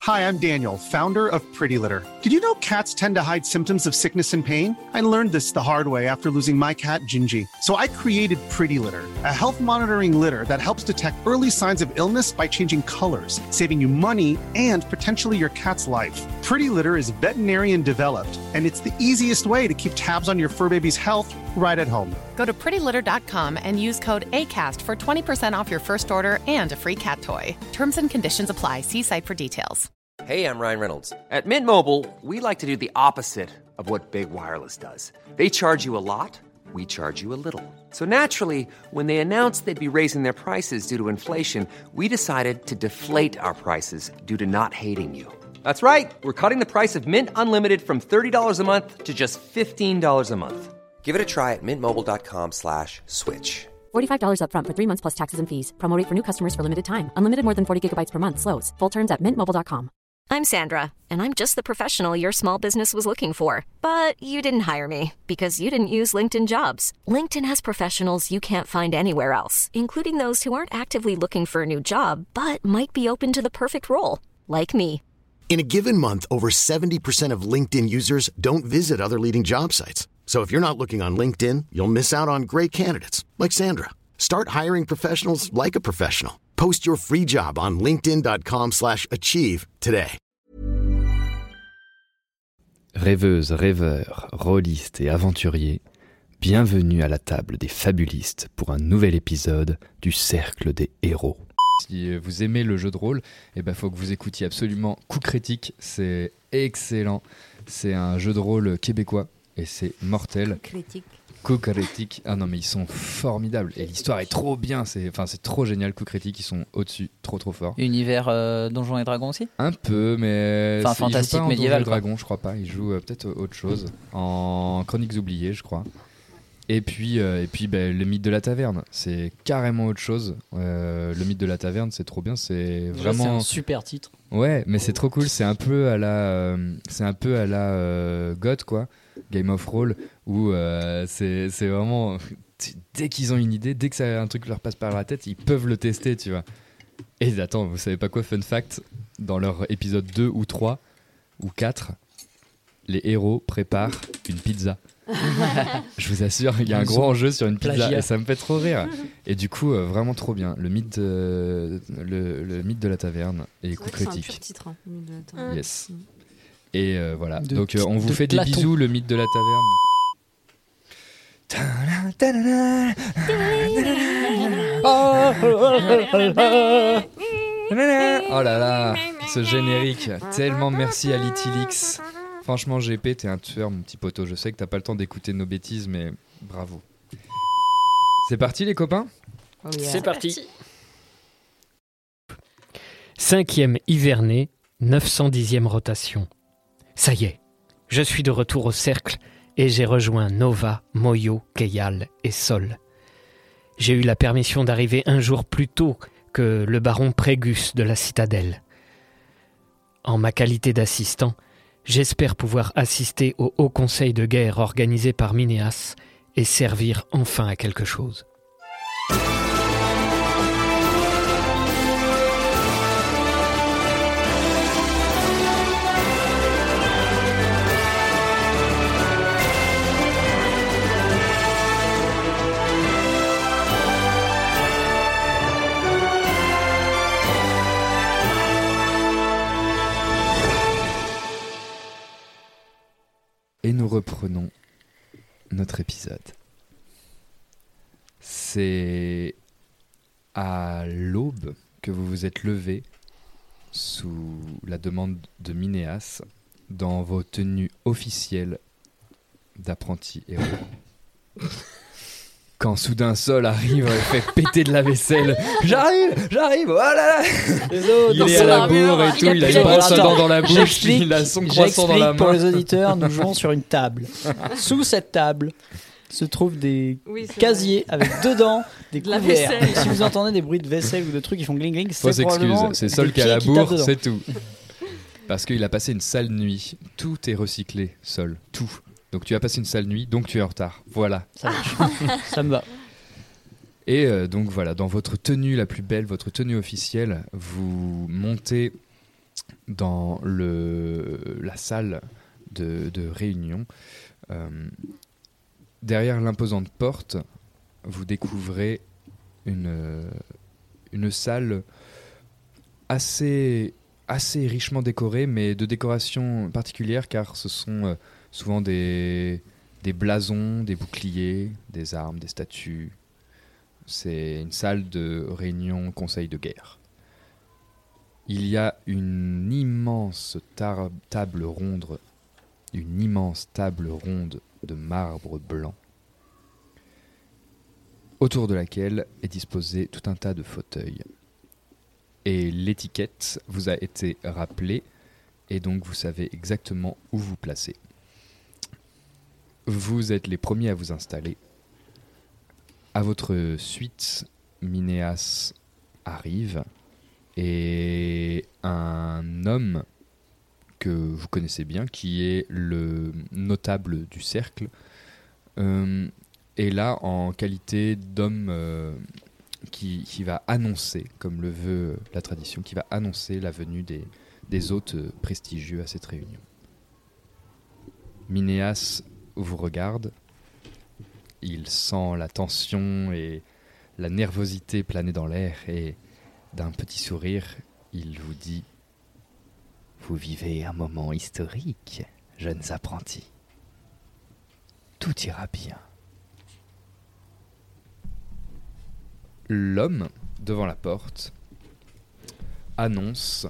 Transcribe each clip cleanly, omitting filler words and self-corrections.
Hi, I'm Daniel, founder of Pretty Litter. Did you know cats tend to hide symptoms of sickness and pain? I learned this the hard way after losing my cat, Gingy. So I created Pretty Litter, a health monitoring litter that helps detect early signs of illness by changing colors, saving you money and potentially your cat's life. Pretty Litter is veterinarian developed, and it's the easiest way to keep tabs on your fur baby's health right at home. Go to prettylitter.com and use code ACAST for 20% off your first order and a free cat toy. Terms and conditions apply. See site for details. Hey, I'm Ryan Reynolds. At Mint Mobile, we like to do the opposite of what Big Wireless does. They charge you a lot, we charge you a little. So naturally, when they announced they'd be raising their prices due to inflation, we decided to deflate our prices due to not hating you. That's right. We're cutting the price of Mint Unlimited from $30 a month to just $15 a month. Give it a try at mintmobile.com/switch. $45 up front for 3 months plus taxes and fees. Promo rate for new customers for limited time. Unlimited more than 40 gigabytes per month. Slows full terms at mintmobile.com. I'm Sandra, and I'm just the professional your small business was looking for. But you didn't hire me because you didn't use LinkedIn Jobs. LinkedIn has professionals you can't find anywhere else, including those who aren't actively looking for a new job, but might be open to the perfect role, like me. In a given month, over 70% of LinkedIn users don't visit other leading job sites. So if you're not looking on LinkedIn, you'll miss out on great candidates like Sandra. Start hiring professionals like a professional. Post your free job on linkedin.com/achieve today. Rêveuses, rêveurs, rôlistes et aventuriers, bienvenue à la table des fabulistes pour un nouvel épisode du Cercle des Héros. Si vous aimez le jeu de rôle, faut que vous écoutiez absolument Coup Critique, c'est excellent. C'est un jeu de rôle québécois et c'est mortel. Coup Critique. Ah non mais ils sont formidables et l'histoire est trop bien, c'est trop génial. Coup Critique, ils sont au-dessus, trop forts. Univers Donjons et Dragons aussi. Un peu, mais fantastique médiéval. médiéval. Donjons et Dragons, je crois pas. Ils jouent peut-être autre chose en Chroniques oubliées, je crois. Et puis le mythe de la taverne, c'est carrément autre chose. Le mythe de la taverne, c'est trop bien, c'est vraiment. C'est un super titre. Ouais, mais c'est trop cool. C'est un peu à la GOT quoi, Game of Roll, où c'est vraiment dès qu'ils ont une idée, dès que ça un truc leur passe par la tête, ils peuvent le tester, tu vois. Et attends, vous savez pas quoi, fun fact, dans leur épisode 2 ou 3 ou 4, les héros préparent une pizza. Je vous assure, il y a un gros enjeu sur une pizza et ça me fait trop rire. Et du coup, vraiment trop bien. Le mythe de la taverne et Coup Critique. C'est un pur titre, hein, le mythe de la taverne. Yes. Et voilà. Donc on vous fait des bisous, le mythe de la taverne. Oh là là, ce générique. Tellement merci à Litilix. Franchement, GP, t'es un tueur, mon petit poteau. Je sais que t'as pas le temps d'écouter nos bêtises, mais bravo. C'est parti, les copains ? Oh yeah. C'est parti. 5e hivernée, 910e rotation. Ça y est, je suis de retour au cercle et j'ai rejoint Nova, Moyo, Keyal et Sol. J'ai eu la permission d'arriver un jour plus tôt que le baron Prégus de la citadelle. En ma qualité d'assistant, j'espère pouvoir assister au haut conseil de guerre organisé par Minéas et servir enfin à quelque chose. Et nous reprenons notre épisode. C'est à l'aube que vous vous êtes levé sous la demande de Minéas dans vos tenues officielles d'apprentis héros. Quand soudain Sol arrive et fait péter de la vaisselle. J'arrive, voilà. Il est à la bourre et tout, il a une brosse à dents dans la bouche, il a son croissant dans la main. Pour les auditeurs, nous jouons sur une table. Sous cette table se trouvent des casiers avec dedans des couverts. Si vous entendez des bruits de vaisselle ou de trucs qui font gling gling, c'est probablement c'est Sol qui a la bourre, c'est tout. Parce qu'il a passé une sale nuit. Tout est recyclé, Sol, tout. Donc tu as passé une sale nuit, donc tu es en retard. Voilà. Ça marche. Ça me va. Et donc voilà, dans votre tenue la plus belle, votre tenue officielle, vous montez dans la salle de réunion. Derrière l'imposante porte, vous découvrez une salle assez richement décorée, mais de décoration particulière, car ce sont souvent des blasons, des boucliers, des armes, des statues. C'est une salle de réunion conseil de guerre. Il y a une immense table ronde de marbre blanc, autour de laquelle est disposé tout un tas de fauteuils. Et l'étiquette vous a été rappelée, et donc vous savez exactement où vous placer. Vous êtes les premiers à vous installer. À votre suite, Minéas arrive, et un homme que vous connaissez bien, qui est le notable du cercle, est là en qualité d'homme qui va annoncer, comme le veut la tradition, qui va annoncer la venue des hôtes prestigieux à cette réunion. Minéas vous regarde, il sent la tension et la nervosité planer dans l'air, et d'un petit sourire, il vous dit: vous vivez un moment historique, jeunes apprentis. Tout ira bien. L'homme, devant la porte, annonce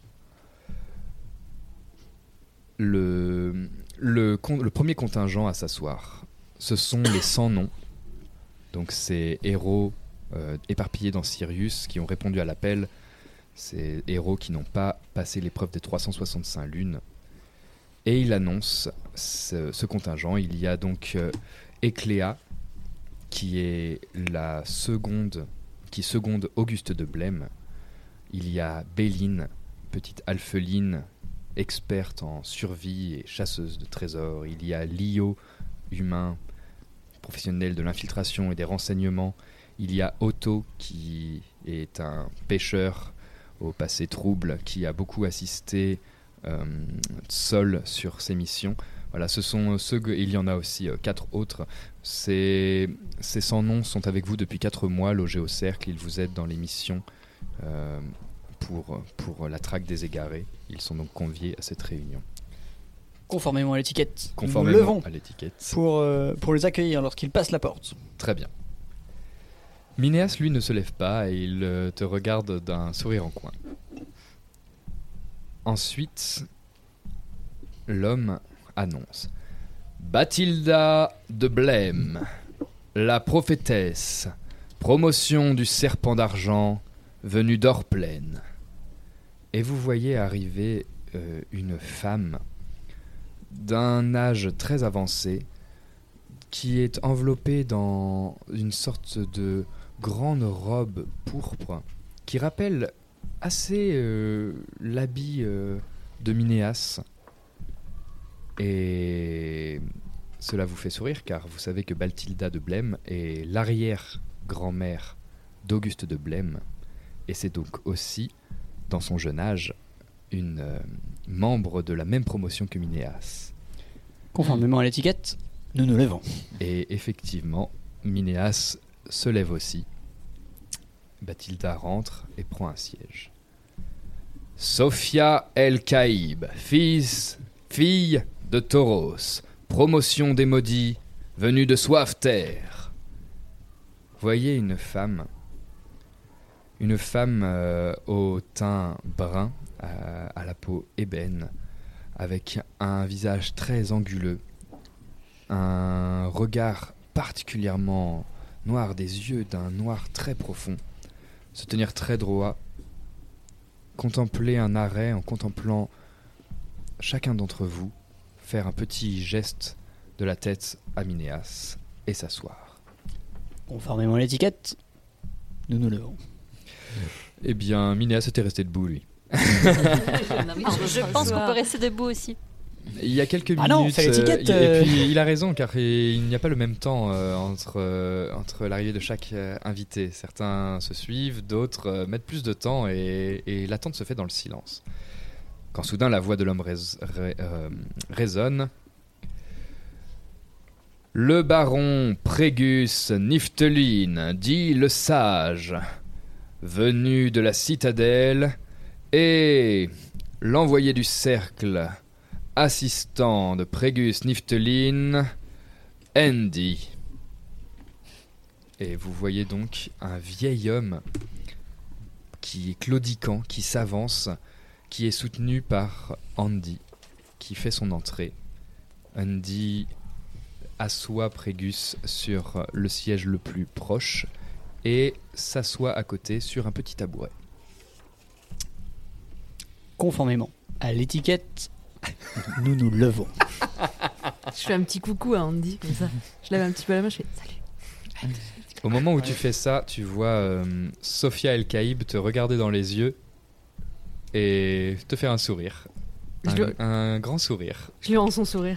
le premier contingent à s'asseoir. Ce sont les 100 noms. Donc ces héros éparpillés dans Sirius qui ont répondu à l'appel. Ces héros qui n'ont pas passé l'épreuve des 365 lunes. Et il annonce ce contingent. Il y a donc Écléa, qui seconde Auguste de Blême. Il y a Béline, petite alpheline, experte en survie et chasseuse de trésors. Il y a Lio, humain, professionnel de l'infiltration et des renseignements. Il y a Otto, qui est un pêcheur au passé trouble, qui a beaucoup assisté seul sur ses missions. Voilà, ce sont ceux il y en a aussi 4 autres. Ces 100 noms sont avec vous depuis 4 mois, logés au cercle. Ils vous aident dans les missions pour la traque des égarés. Ils sont donc conviés à cette réunion. Conformément à l'étiquette. Conformément nous levons à l'étiquette. Pour les accueillir lorsqu'ils passent la porte. Très bien. Minéas, lui, ne se lève pas et il te regarde d'un sourire en coin. Ensuite, l'homme annonce: Bathilda de Blême, la prophétesse, promotion du serpent d'argent, venue d'Orplaine. Et vous voyez arriver une femme d'un âge très avancé qui est enveloppée dans une sorte de grande robe pourpre qui rappelle assez l'habit de Minéas. Et cela vous fait sourire car vous savez que Bathilda de Blême est l'arrière-grand-mère d'Auguste de Blême, et c'est donc aussi, dans son jeune âge, une membre de la même promotion que Minéas. Conformément à l'étiquette, nous nous levons. Et effectivement, Minéas se lève aussi. Bathilda rentre et prend un siège. Sophia El-Kaïb, fille de Tauros, promotion des maudits, venue de Soif-Terre. Voyez une femme au teint brun, à la peau ébène, avec un visage très anguleux, un regard particulièrement noir, des yeux d'un noir très profond, se tenir très droit, contempler un arrêt en contemplant chacun d'entre vous, faire un petit geste de la tête à Minéas et s'asseoir. Conformément à l'étiquette, nous nous levons. Eh bien, Minéas était resté debout, lui. Je pense qu'on peut rester debout aussi. Il y a quelques minutes. Non, c'est l'étiquette. Et puis il a raison, car il n'y a pas le même temps entre l'arrivée de chaque invité. Certains se suivent, d'autres mettent plus de temps, et l'attente se fait dans le silence. quand soudain la voix de l'homme résonne. Le baron Prégus Nifteline, dit le sage, venu de la citadelle, et l'envoyé du cercle, assistant de Prégus Nifteline, Andy. Et vous voyez donc un vieil homme qui est claudiquant, qui s'avance, qui est soutenu par Andy, qui fait son entrée. Andy assoit Prégus sur le siège le plus proche et s'assoit à côté sur un petit tabouret. Conformément à l'étiquette, nous nous levons. Je fais un petit coucou à Andy, comme ça. Je lève un petit peu la main, je fais salut. Au moment où tu fais ça, tu vois Sophia El-Kaïb te regarder dans les yeux et te faire un sourire. Un grand sourire. Je lui rends son sourire.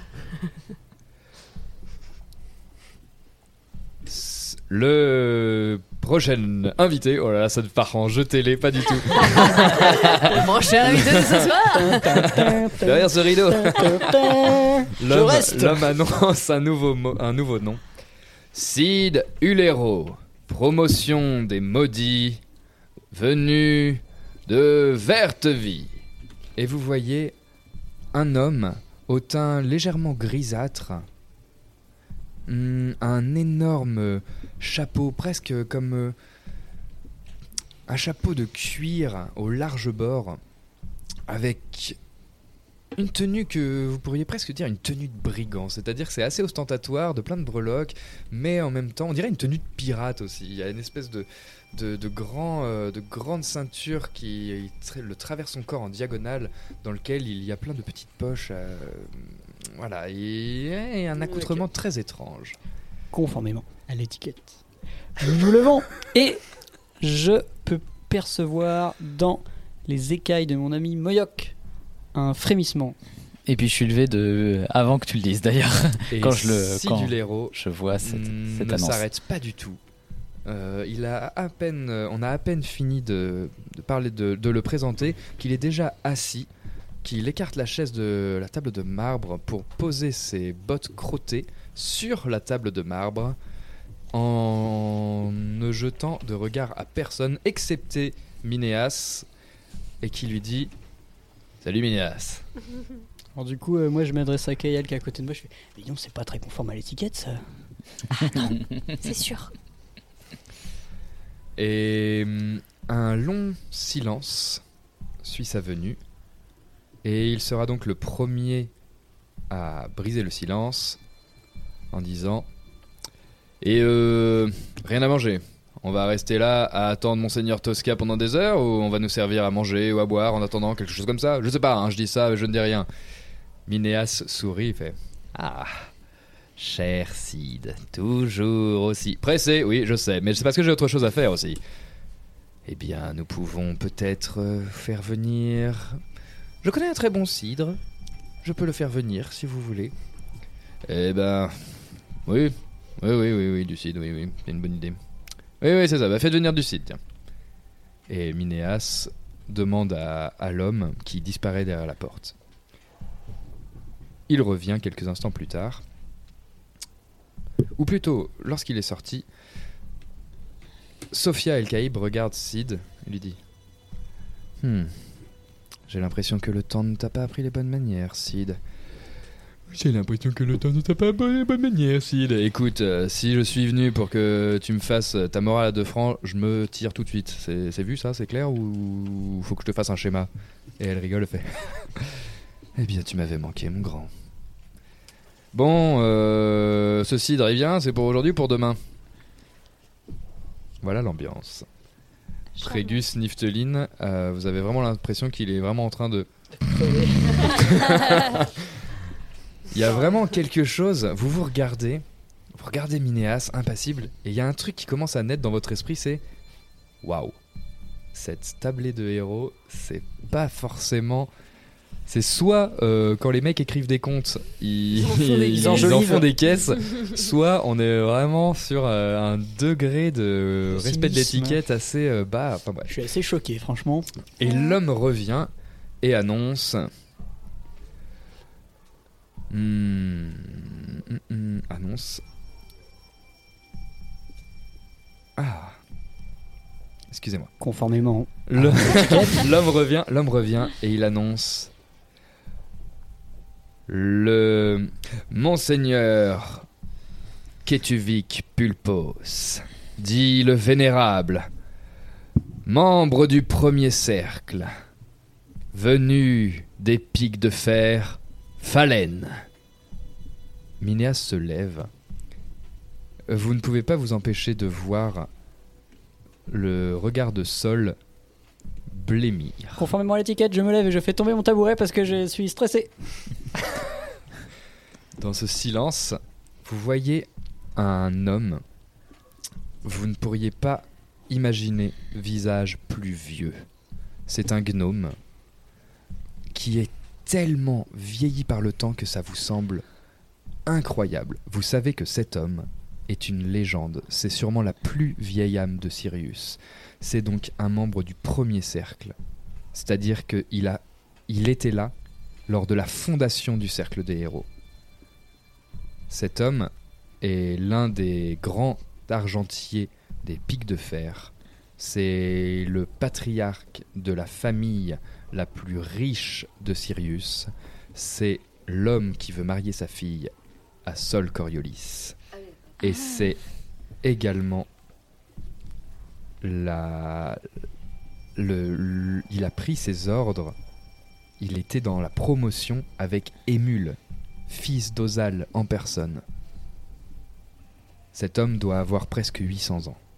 Le prochain invité, oh là là, ça te part en jeu télé, pas du tout. Le prochain invité de ce soir. Derrière ce rideau. L'homme annonce un nouveau nom. Sid Ulero, promotion des maudits, venu de Vertevie. Et vous voyez un homme au teint légèrement grisâtre, un énorme chapeau, presque comme un chapeau de cuir au large bord, avec une tenue que vous pourriez presque dire une tenue de brigand, c'est-à-dire que c'est assez ostentatoire, de plein de breloques, mais en même temps, on dirait une tenue de pirate aussi. Il y a une espèce de grande ceinture qui le traverse son corps en diagonale, dans lequel il y a plein de petites poches. Voilà, et un accoutrement très étrange. Conformément à l'étiquette, nous nous levons et je peux percevoir dans les écailles de mon ami Moyoc un frémissement. Et puis je suis levé avant que tu le dises d'ailleurs. Et quand je vois cette annonce. Ne s'arrête pas du tout. On a à peine fini de parler de le présenter qu'il est déjà assis, qu'il écarte la chaise de la table de marbre pour poser ses bottes crottées sur la table de marbre en ne jetant de regard à personne excepté Minéas, et qui lui dit « Salut Minéas !» Alors du coup, moi je m'adresse à Kayal qui est à côté de moi, je fais « Mais non, c'est pas très conforme à l'étiquette ça !» Ah non, c'est sûr. Et un long silence suit sa venue, et il sera donc le premier à briser le silence en disant « Et rien à manger. On va rester là à attendre Monseigneur Tosca pendant des heures, ou on va nous servir à manger ou à boire en attendant, quelque chose comme ça? Je sais pas, hein, je dis ça, mais je ne dis rien. » Minéas sourit et fait « Ah, cher Sid, toujours aussi pressé, oui, je sais, mais c'est parce que j'ai autre chose à faire aussi. Eh bien, nous pouvons peut-être faire venir... Je connais un très bon cidre. Je peux le faire venir, si vous voulez. » Eh ben... Oui, du cidre, oui, c'est une bonne idée. Oui, c'est ça, faites venir du cidre, tiens. Et Minéas demande à l'homme qui disparaît derrière la porte. Il revient quelques instants plus tard. Ou plutôt, lorsqu'il est sorti, Sophia El-Kaïb regarde Sid et lui dit « J'ai l'impression que le temps ne t'a pas appris les bonnes manières, Sid. » J'ai l'impression que le temps ne t'a pas appris les bonnes manières, Sid. Écoute, si je suis venu pour que tu me fasses ta morale à 2 francs, je me tire tout de suite. C'est vu ça, c'est clair, ou faut que je te fasse un schéma? Et elle rigole, elle fait « Eh bien, tu m'avais manqué, mon grand. » Bon, ce cidre, il vient, c'est pour aujourd'hui ou pour demain? Voilà l'ambiance. Prégus Nifteline, vous avez vraiment l'impression qu'il est vraiment en train de... Il y a vraiment quelque chose, vous regardez Minéas, impassible, et il y a un truc qui commence à naître dans votre esprit, c'est... Waouh, cette tablée de héros, c'est pas forcément... C'est soit quand les mecs écrivent des contes, ils en font des caisses, soit on est vraiment sur un degré de respect de l'étiquette assez bas. Enfin, bref. Je suis assez choqué, franchement. Et l'homme revient et annonce... annonce... Ah... Excusez-moi. Conformément. L'homme revient et il annonce... Le Monseigneur Ketuvik Pulpos, dit le Vénérable, membre du premier cercle, venu des pics de fer, Phalène. Minéas se lève. Vous ne pouvez pas vous empêcher de voir le regard de Sol blêmir. Conformément à l'étiquette, je me lève et je fais tomber mon tabouret parce que je suis stressé. Dans ce silence, vous voyez un homme. Vous ne pourriez pas imaginer visage plus vieux. C'est un gnome qui est tellement vieilli par le temps que ça vous semble incroyable. Vous savez que cet homme est une légende. C'est sûrement la plus vieille âme de Sirius. C'est donc un membre du premier cercle. C'est-à-dire qu'il était là lors de la fondation du cercle des héros. Cet homme est l'un des grands argentiers des pics de fer. C'est le patriarche de la famille la plus riche de Sirius. C'est l'homme qui veut marier sa fille à Sol Coriolis. Et c'est également il a pris ses ordres. Il était dans la promotion avec Émule, fils d'Ozal en personne. Cet homme doit avoir presque 800 ans.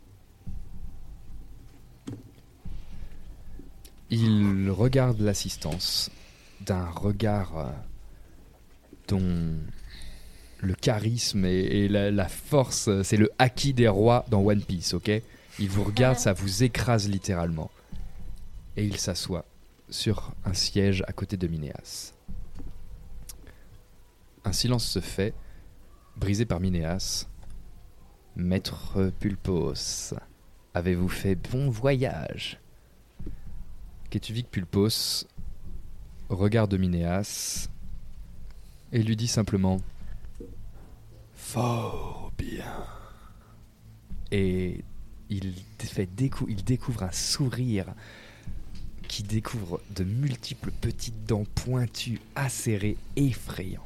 Il regarde l'assistance d'un regard dont le charisme et la force, c'est le haki des rois dans One Piece, ok ? Il vous regarde, ça vous écrase littéralement. Et il s'assoit sur un siège à côté de Minéas. Un silence se fait, brisé par Minéas. Maître Pulpos, avez-vous fait bon voyage ? Ketuvik Pulpos regarde Minéas et lui dit simplement « Fort bien ». Et il découvre un sourire qui découvre de multiples petites dents pointues, acérées, effrayants.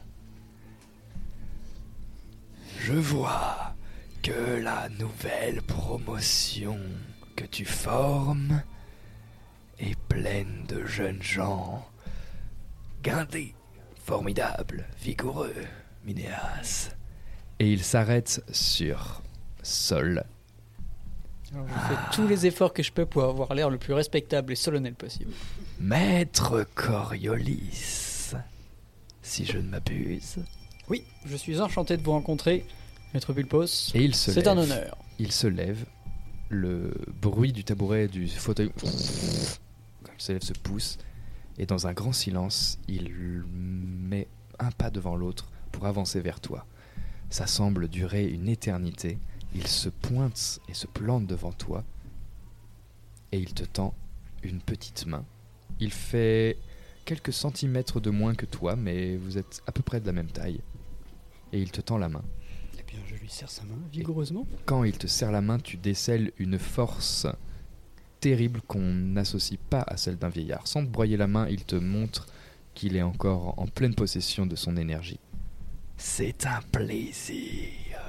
Je vois que la nouvelle promotion que tu formes est pleine de jeunes gens guindés, formidables, vigoureux, Minéas. Et il s'arrête sur Sol. Alors je fais tous les efforts que je peux pour avoir l'air le plus respectable et solennel possible. Maître Coriolis, si je ne m'abuse. Oui, je suis enchanté de vous rencontrer, Maître Pulpos. Et il se lève. C'est un honneur. Il se lève. Le bruit du tabouret, du fauteuil, quand il se lève, se pousse. Et dans un grand silence, il met un pas devant l'autre pour avancer vers toi. Ça semble durer une éternité. Il se pointe et se plante devant toi. Et il te tend une petite main. Il fait quelques centimètres de moins que toi, mais vous êtes à peu près de la même taille. Et il te tend la main. Eh bien, je lui serre sa main vigoureusement. Et quand il te serre la main, tu décèles une force terrible qu'on n'associe pas à celle d'un vieillard. Sans te broyer la main, il te montre qu'il est encore en pleine possession de son énergie. C'est un plaisir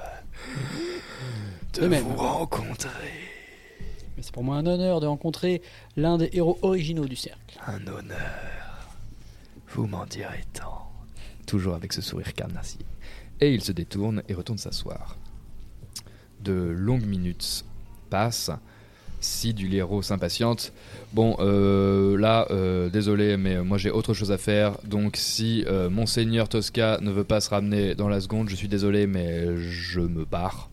de vous rencontrer. Mais c'est pour moi un honneur de rencontrer l'un des héros originaux du cercle. Un honneur. Vous m'en direz tant. Toujours avec ce sourire carnassier. Et il se détourne et retourne s'asseoir. De longues minutes passent. Si du héros s'impatiente. Bon, désolé, mais moi j'ai autre chose à faire. Donc si Monseigneur Tosca ne veut pas se ramener dans la seconde, je suis désolé, mais je me barre.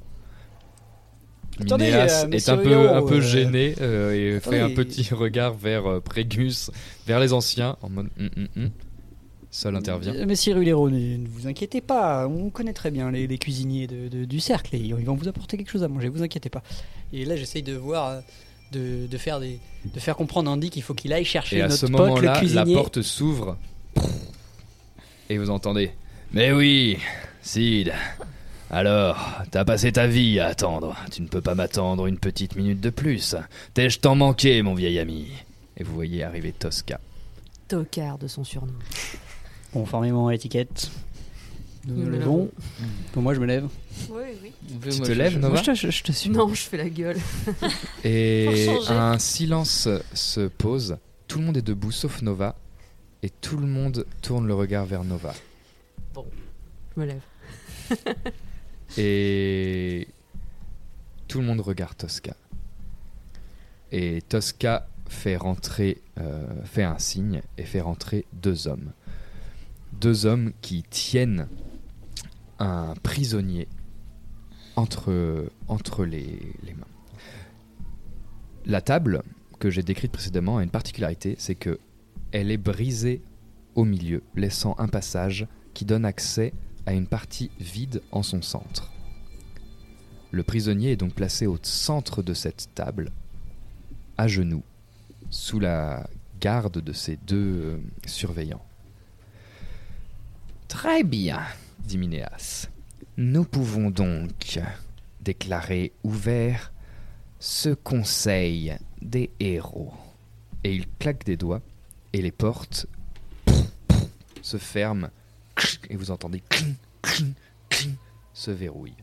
Minéas est un peu gêné et fait un petit regard vers Prégus, vers les anciens, en mode Sol intervient. Messire Hulero, ne vous inquiétez pas, on connaît très bien les cuisiniers du cercle et ils vont vous apporter quelque chose à manger, vous inquiétez pas. Et là j'essaye de voir de faire comprendre à Andy qu'il faut qu'il aille chercher et à notre ce pote le moment-là, cuisinier. la porte s'ouvre et vous entendez « Mais oui, Sid, alors, t'as passé ta vie à attendre. Tu ne peux pas m'attendre une petite minute de plus. T'ai-je tant manqué, mon vieil ami ?» Et vous voyez arriver Tosca. Tocard de son surnom. Conformément à l'étiquette. Nous nous levons. Pour moi, je me lève. Oui, oui. Tu te lèves, Nova ? Je te suis. Non, je fais la gueule. Et un silence se pose. Tout le monde est debout, sauf Nova. Et tout le monde tourne le regard vers Nova. Bon, je me lève. Et tout le monde regarde Tosca. Et Tosca fait un signe et fait rentrer 2 hommes. 2 hommes qui tiennent un prisonnier entre les mains. La table que j'ai décrite précédemment a une particularité, c'est que elle est brisée au milieu, laissant un passage qui donne accès à une partie vide en son centre. Le prisonnier est donc placé au centre de cette table, à genoux, sous la garde de ses 2 surveillants. Très bien, dit Minéas. Nous pouvons donc déclarer ouvert ce conseil des héros. Et il claque des doigts et les portes se ferment et vous entendez se verrouille.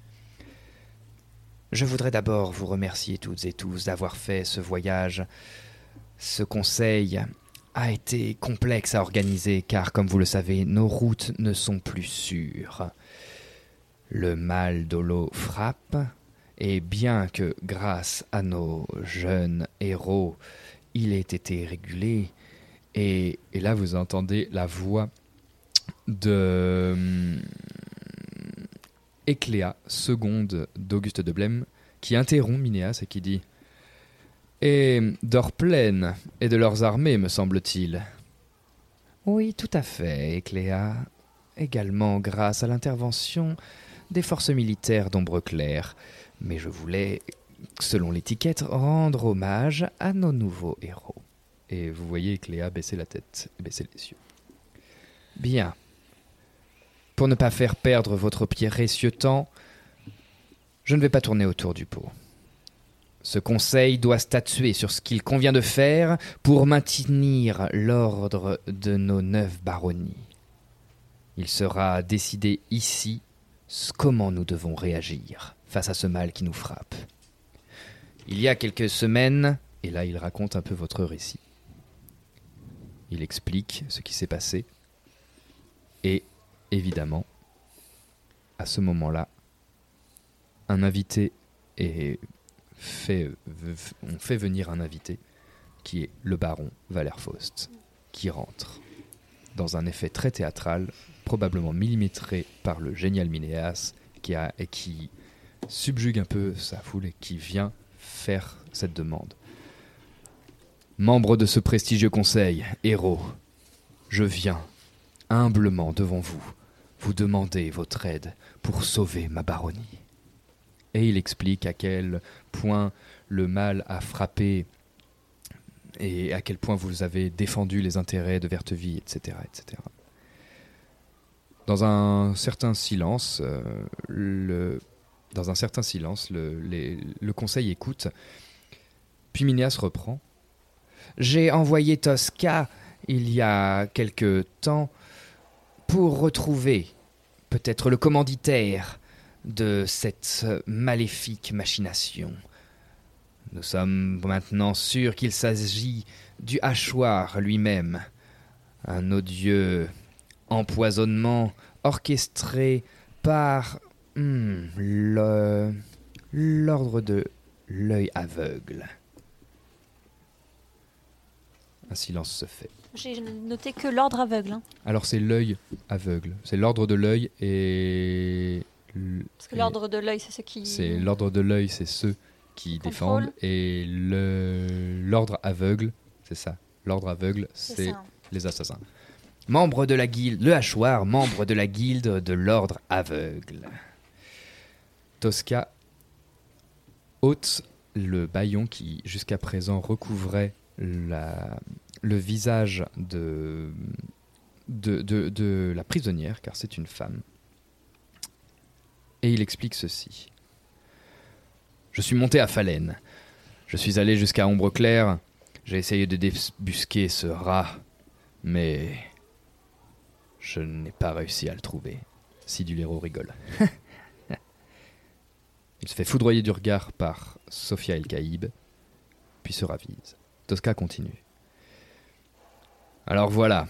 Je voudrais d'abord vous remercier toutes et tous d'avoir fait ce voyage. Ce conseil a été complexe à organiser car, comme vous le savez, nos routes ne sont plus sûres. Le mal de l'eau frappe et bien que, grâce à nos jeunes héros, il ait été régulé, et là vous entendez la voix de Écléa, seconde d'Auguste de Blême, qui interrompt Minéas et qui dit « Et d'Orplaine et de leurs armées, me semble-t-il. » Oui, tout à fait, Écléa. Également grâce à l'intervention des forces militaires d'Ombre-Claire. Mais je voulais, selon l'étiquette, rendre hommage à nos nouveaux héros. Et vous voyez Écléa baisser la tête et baisser les yeux. Bien. Pour ne pas faire perdre votre précieux temps, je ne vais pas tourner autour du pot. Ce conseil doit statuer sur ce qu'il convient de faire pour maintenir l'ordre de nos 9 baronnies. Il sera décidé ici comment nous devons réagir face à ce mal qui nous frappe. Il y a quelques semaines, et là il raconte un peu votre récit. Il explique ce qui s'est passé. Et, évidemment, à ce moment-là, un invité on fait venir un invité qui est le baron Valerfaust, qui rentre dans un effet très théâtral, probablement millimétré par le génial Minéas, qui subjugue un peu sa foule et qui vient faire cette demande. Membre de ce prestigieux conseil, héros, je viens humblement devant vous demander votre aide pour sauver ma baronnie. Et il explique à quel point le mal a frappé et à quel point vous avez défendu les intérêts de Verteville, etc., etc. Dans un certain silence, le conseil écoute. Puis Minéas reprend. J'ai envoyé Tosca il y a quelque temps pour retrouver peut-être le commanditaire de cette maléfique machination. Nous sommes maintenant sûrs qu'il s'agit du hachoir lui-même, un odieux empoisonnement orchestré par l'ordre de l'œil aveugle. Un silence se fait. J'ai noté que l'ordre aveugle. Hein. Alors c'est l'œil aveugle. C'est l'ordre de l'œil et... Parce que l'ordre de l'œil, c'est ceux qui... C'est l'ordre de l'œil, c'est ceux qui défendent. Et l'ordre aveugle, c'est ça. L'ordre aveugle, c'est les assassins. Membre de la guilde, le hachoir, membre de la guilde de l'ordre aveugle. Tosca ôte le bâillon qui jusqu'à présent recouvrait le visage de la prisonnière, car c'est une femme. Et il explique ceci. Je suis monté à Fallen. Je suis allé jusqu'à Ombre Claire. J'ai essayé de débusquer ce rat, mais je n'ai pas réussi à le trouver. Sidulero rigole. Il se fait foudroyer du regard par Sophia El-Kaïb, puis se ravise. Tosca continue. Alors voilà.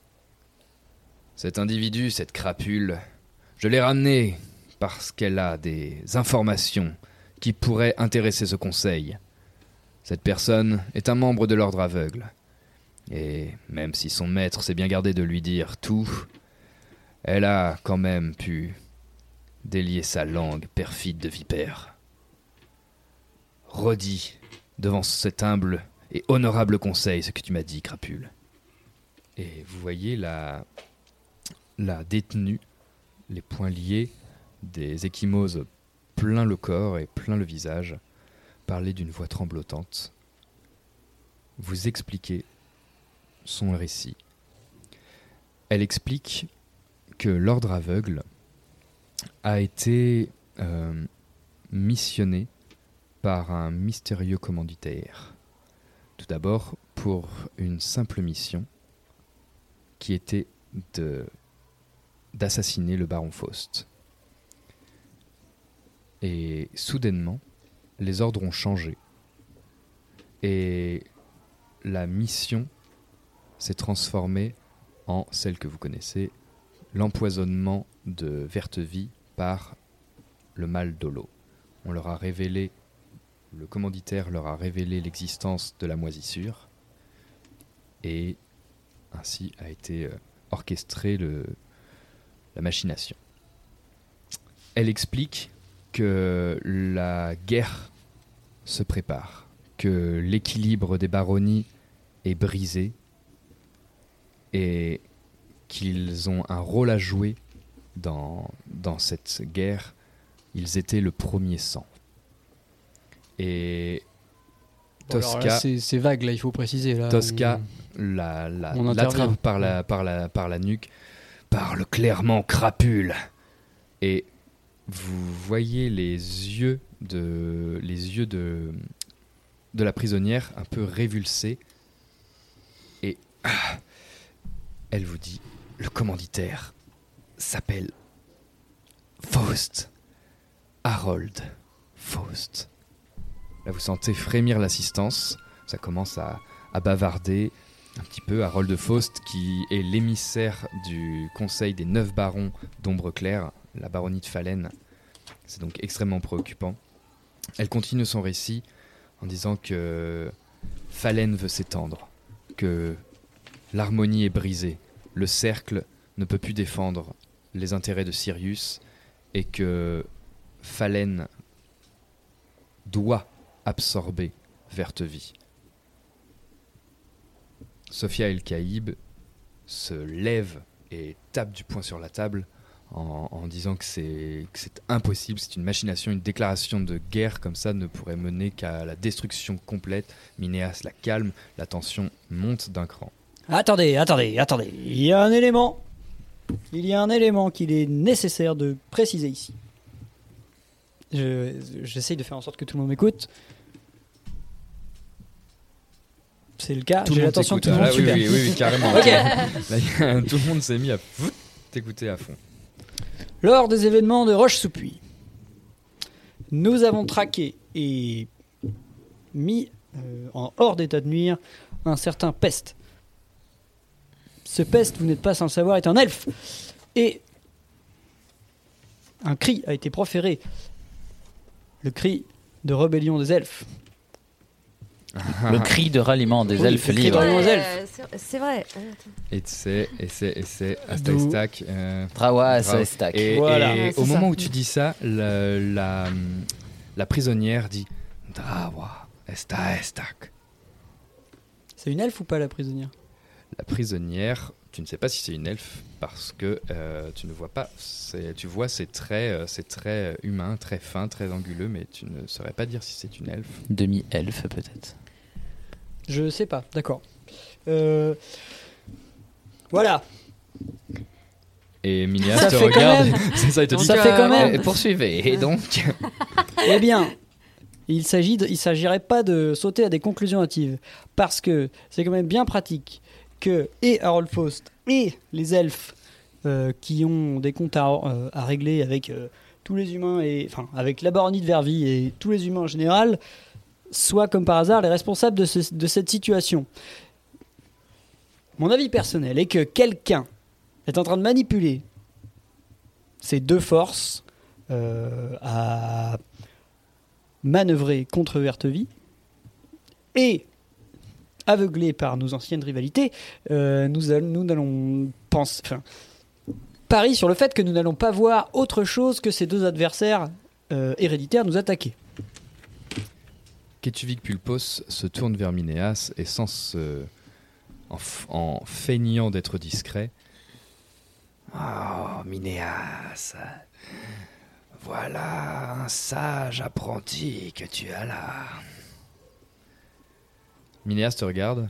Cet individu, cette crapule, je l'ai ramenée parce qu'elle a des informations qui pourraient intéresser ce conseil. Cette personne est un membre de l'ordre aveugle. Et même si son maître s'est bien gardé de lui dire tout, elle a quand même pu délier sa langue perfide de vipère. Redis devant cet humble et honorable conseil ce que tu m'as dit, crapule. Et vous voyez la détenue, les poings liés, des ecchymoses plein le corps et plein le visage, parler d'une voix tremblotante, vous expliquer son récit. Elle explique que l'ordre aveugle a été missionné par un mystérieux commanditaire. Tout d'abord pour une simple mission qui était d'assassiner le baron Faust. Et soudainement, les ordres ont changé. Et la mission s'est transformée en celle que vous connaissez, l'empoisonnement de Vertevie par le mal d'Olo. On leur a révélé, le commanditaire leur a révélé l'existence de la moisissure, et ainsi a été orchestrée la machination. Elle explique que la guerre se prépare, que l'équilibre des baronnies est brisé et qu'ils ont un rôle à jouer dans cette guerre. Ils étaient le premier sang. Et Tosca... Alors là, c'est vague, là, il faut préciser. Là, Tosca l'attrape par la nuque, parle clairement, crapule. Et vous voyez les yeux de la prisonnière un peu révulsés. Et elle vous dit, le commanditaire s'appelle Faust. Harold Faust. Là, vous sentez frémir l'assistance. Ça commence à bavarder un petit peu. Harold Faust, qui est l'émissaire du conseil des 9 barons d'Ombre Claire, la baronnie de Fallen. C'est donc extrêmement préoccupant. Elle continue son récit en disant que Fallen veut s'étendre, que l'harmonie est brisée, le cercle ne peut plus défendre les intérêts de Sirius et que Fallen doit absorber Vertevie. Sophia El-Kaïb se lève et tape du poing sur la table en disant que c'est impossible, c'est une machination, une déclaration de guerre comme ça ne pourrait mener qu'à la destruction complète. Minéas la calme, la tension monte d'un cran. Attendez, il y a un élément qu'il est nécessaire de préciser ici. J'essaye de faire en sorte que tout le monde m'écoute. C'est le cas, j'ai l'attention de tout le monde. Super. Oui, carrément. Okay. Là, tout le monde s'est mis à t'écouter à fond. Lors des événements de Roche-sous-Puy, nous avons traqué et mis en hors d'état de nuire un certain Peste. Ce Peste, vous n'êtes pas sans le savoir, est un elfe. Et un cri a été proféré. Le cri de rébellion des elfes. Le cri de ralliement des elfes libres. C'est vrai. Et c'est Astaistak. Drawa Astaistak. Et au moment où tu dis ça, la prisonnière dit Drawa Astaistak. C'est une elfe ou pas la prisonnière ? La prisonnière Tu ne sais pas si c'est une elfe parce que tu ne vois pas. Tu vois ses traits humains, très fins, très anguleux, mais tu ne saurais pas dire si c'est une elfe. Demi-elfe peut-être. Je sais pas, d'accord. Voilà. Et Minéas te regarde. C'est ça, il te dit. Ça fait quand même. Poursuivez. Et donc. Eh bien, il s'agirait pas de sauter à des conclusions hâtives, parce que c'est quand même bien pratique que et Harold Faust et les elfes qui ont des comptes à régler avec tous les humains avec la baronnie de Verville et tous les humains en général soient comme par hasard les responsables de cette situation. Mon avis personnel est que quelqu'un est en train de manipuler ces deux forces à manœuvrer contre Vertevie et aveuglés par nos anciennes rivalités, nous allons parier sur le fait que nous n'allons pas voir autre chose que ces deux adversaires héréditaires nous attaquer. Ketuvik Pulpos se tourne vers Minéas et en feignant d'être discret. Oh, Minéas, voilà un sage apprenti que tu as là. Minéas te regarde.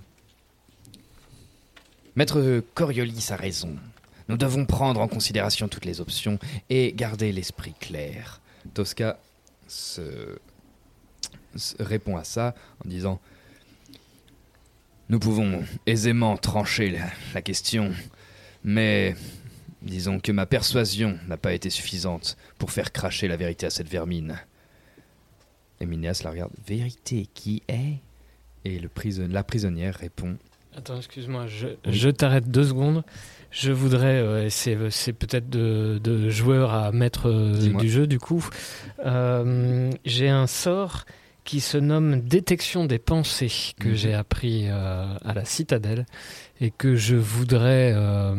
Maître Coriolis a raison. Nous devons prendre en considération toutes les options et garder l'esprit clair. Tosca répond à ça en disant: nous pouvons aisément trancher la question, mais disons que ma persuasion n'a pas été suffisante pour faire cracher la vérité à cette vermine. Et Minéas la regarde. Vérité qui est? Et la prisonnière répond: attends, excuse-moi, je t'arrête 2 secondes. Je voudrais, c'est peut-être de joueur à maître du jeu du coup. J'ai un sort qui se nomme détection des pensées que j'ai appris à la citadelle et que je voudrais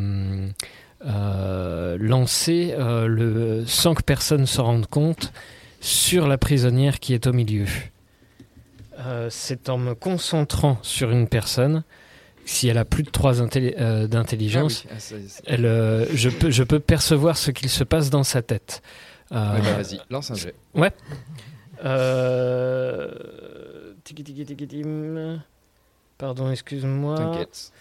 lancer sans que personne se rende compte sur la prisonnière qui est au milieu. C'est en me concentrant sur une personne, si elle a plus de 3 d'intelligence, je peux percevoir ce qu'il se passe dans sa tête. Vas-y, lance un jet. Ouais. Pardon, excuse-moi. T'inquiète.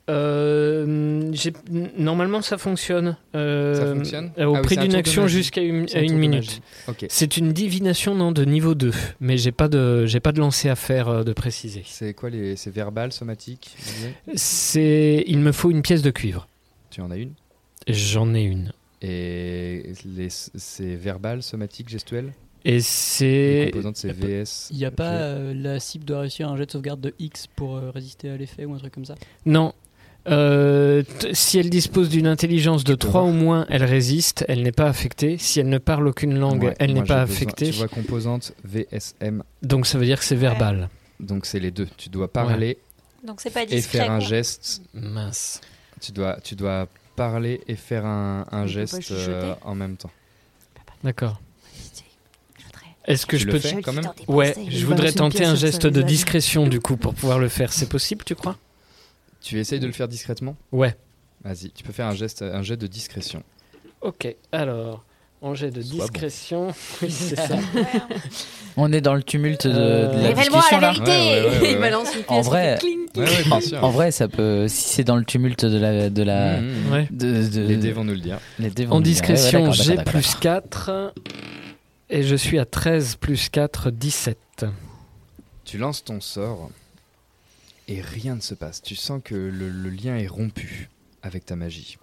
Normalement, ça fonctionne. Ça fonctionne au prix d'une action jusqu'à une minute. Okay. C'est une divination de niveau 2, mais j'ai pas de lancer à faire de préciser. C'est quoi c'est verbal, somatique? Il me faut une pièce de cuivre. Tu en as une? J'en ai une. Et c'est verbal, somatique, gestuel? Et c'est... Les composantes, c'est VS. Il n'y a pas la cible doit réussir un jet de sauvegarde de X pour résister à l'effet ou un truc comme ça? Non. Si elle dispose d'une intelligence de 3 ou moins, elle résiste, elle n'est pas affectée. Si elle ne parle aucune langue, elle n'est pas affectée. Tu vois composante VSM. Donc ça veut dire que c'est verbal. Donc c'est les deux. Tu dois parler donc c'est pas discret, et faire un quoi. Geste. Mince. Tu dois parler et faire un geste en même temps. D'accord. Est-ce que je peux faire quand même? Ouais, je voudrais tenter un geste de discrétion du coup pour pouvoir le faire. C'est possible, tu crois? Tu essayes de le faire discrètement? Ouais. Vas-y, tu peux faire un jet de discrétion. Ok, alors, en jet de discrétion, oui, c'est ça. On est dans le tumulte de la discussion là. Ouais. Il balance une pièce. En vrai, bien sûr. En vrai, ça peut. Si c'est dans le tumulte de la. Les dés vont nous le dire. En discrétion, j'ai plus 4 et je suis à 13 plus 4, 17. Tu lances ton sort et rien ne se passe. Tu sens que le lien est rompu avec ta magie.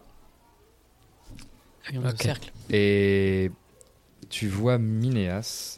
Okay. Cercle. Et tu vois Minéas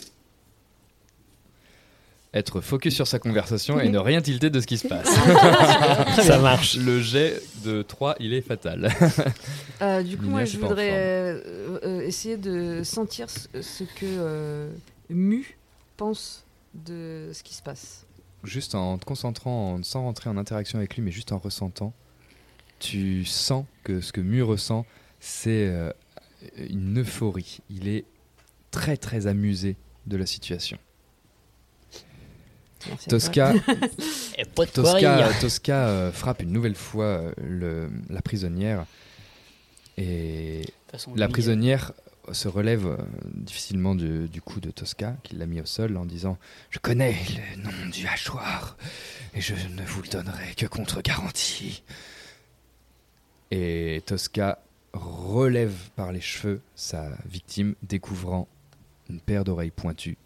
être focus sur sa conversation et ne rien tilter de ce qui se passe. Ça marche. Le jet de 3, il est fatal. Du coup, moi, je voudrais essayer de sentir ce que Mu pense de ce qui se passe. Juste en te concentrant, sans rentrer en interaction avec lui, mais juste en ressentant, tu sens que ce que Mu ressent, c'est une euphorie. Il est très très amusé de la situation. Merci Tosca, Tosca frappe une nouvelle fois la prisonnière. Et la prisonnière se relève difficilement du coup de Tosca, qui l'a mis au sol en disant « Je connais le nom du hachoir, et je ne vous le donnerai que contre garantie. » Et Tosca relève par les cheveux sa victime, découvrant une paire d'oreilles pointues.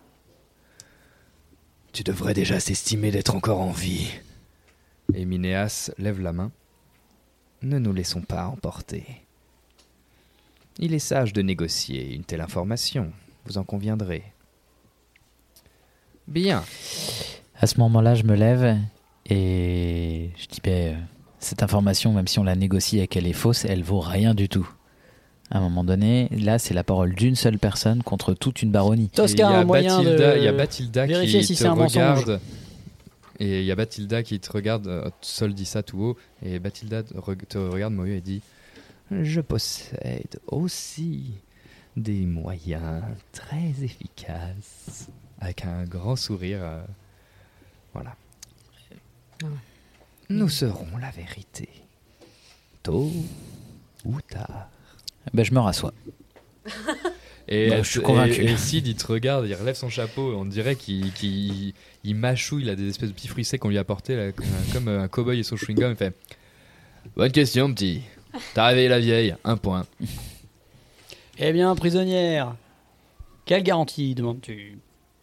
« Tu devrais déjà s'estimer d'être encore en vie. » Et Minéas lève la main. « Ne nous laissons pas emporter. Il est sage de négocier une telle information, vous en conviendrez. » Bien. À ce moment-là, je me lève et je dis cette information, même si on la négocie et qu'elle est fausse, elle vaut rien du tout. À un moment donné, là, c'est la parole d'une seule personne contre toute une baronnie. Tosca a un moyen il y a Bathilda vérifier qui si te c'est un mensonge. regarde. Et il y a Bathilda qui te regarde. Sol dit ça tout haut. Et Bathilda te regarde, Moyo, et dit « Je possède aussi des moyens très efficaces. » Avec un grand sourire. Voilà. Nous saurons la vérité. Tôt ou tard. Je me rassois. Et je suis convaincu. Et Sid, il te regarde, il relève son chapeau. On dirait qu'il mâchouille. Il a des espèces de petits fruits secs qu'on lui a apportés, là, comme un cow-boy et son chewing-gum. Il fait « Bonne question, petit. T'as réveillé la vieille. 1 point. » Eh bien, prisonnière, quelle garantie demandes-tu ?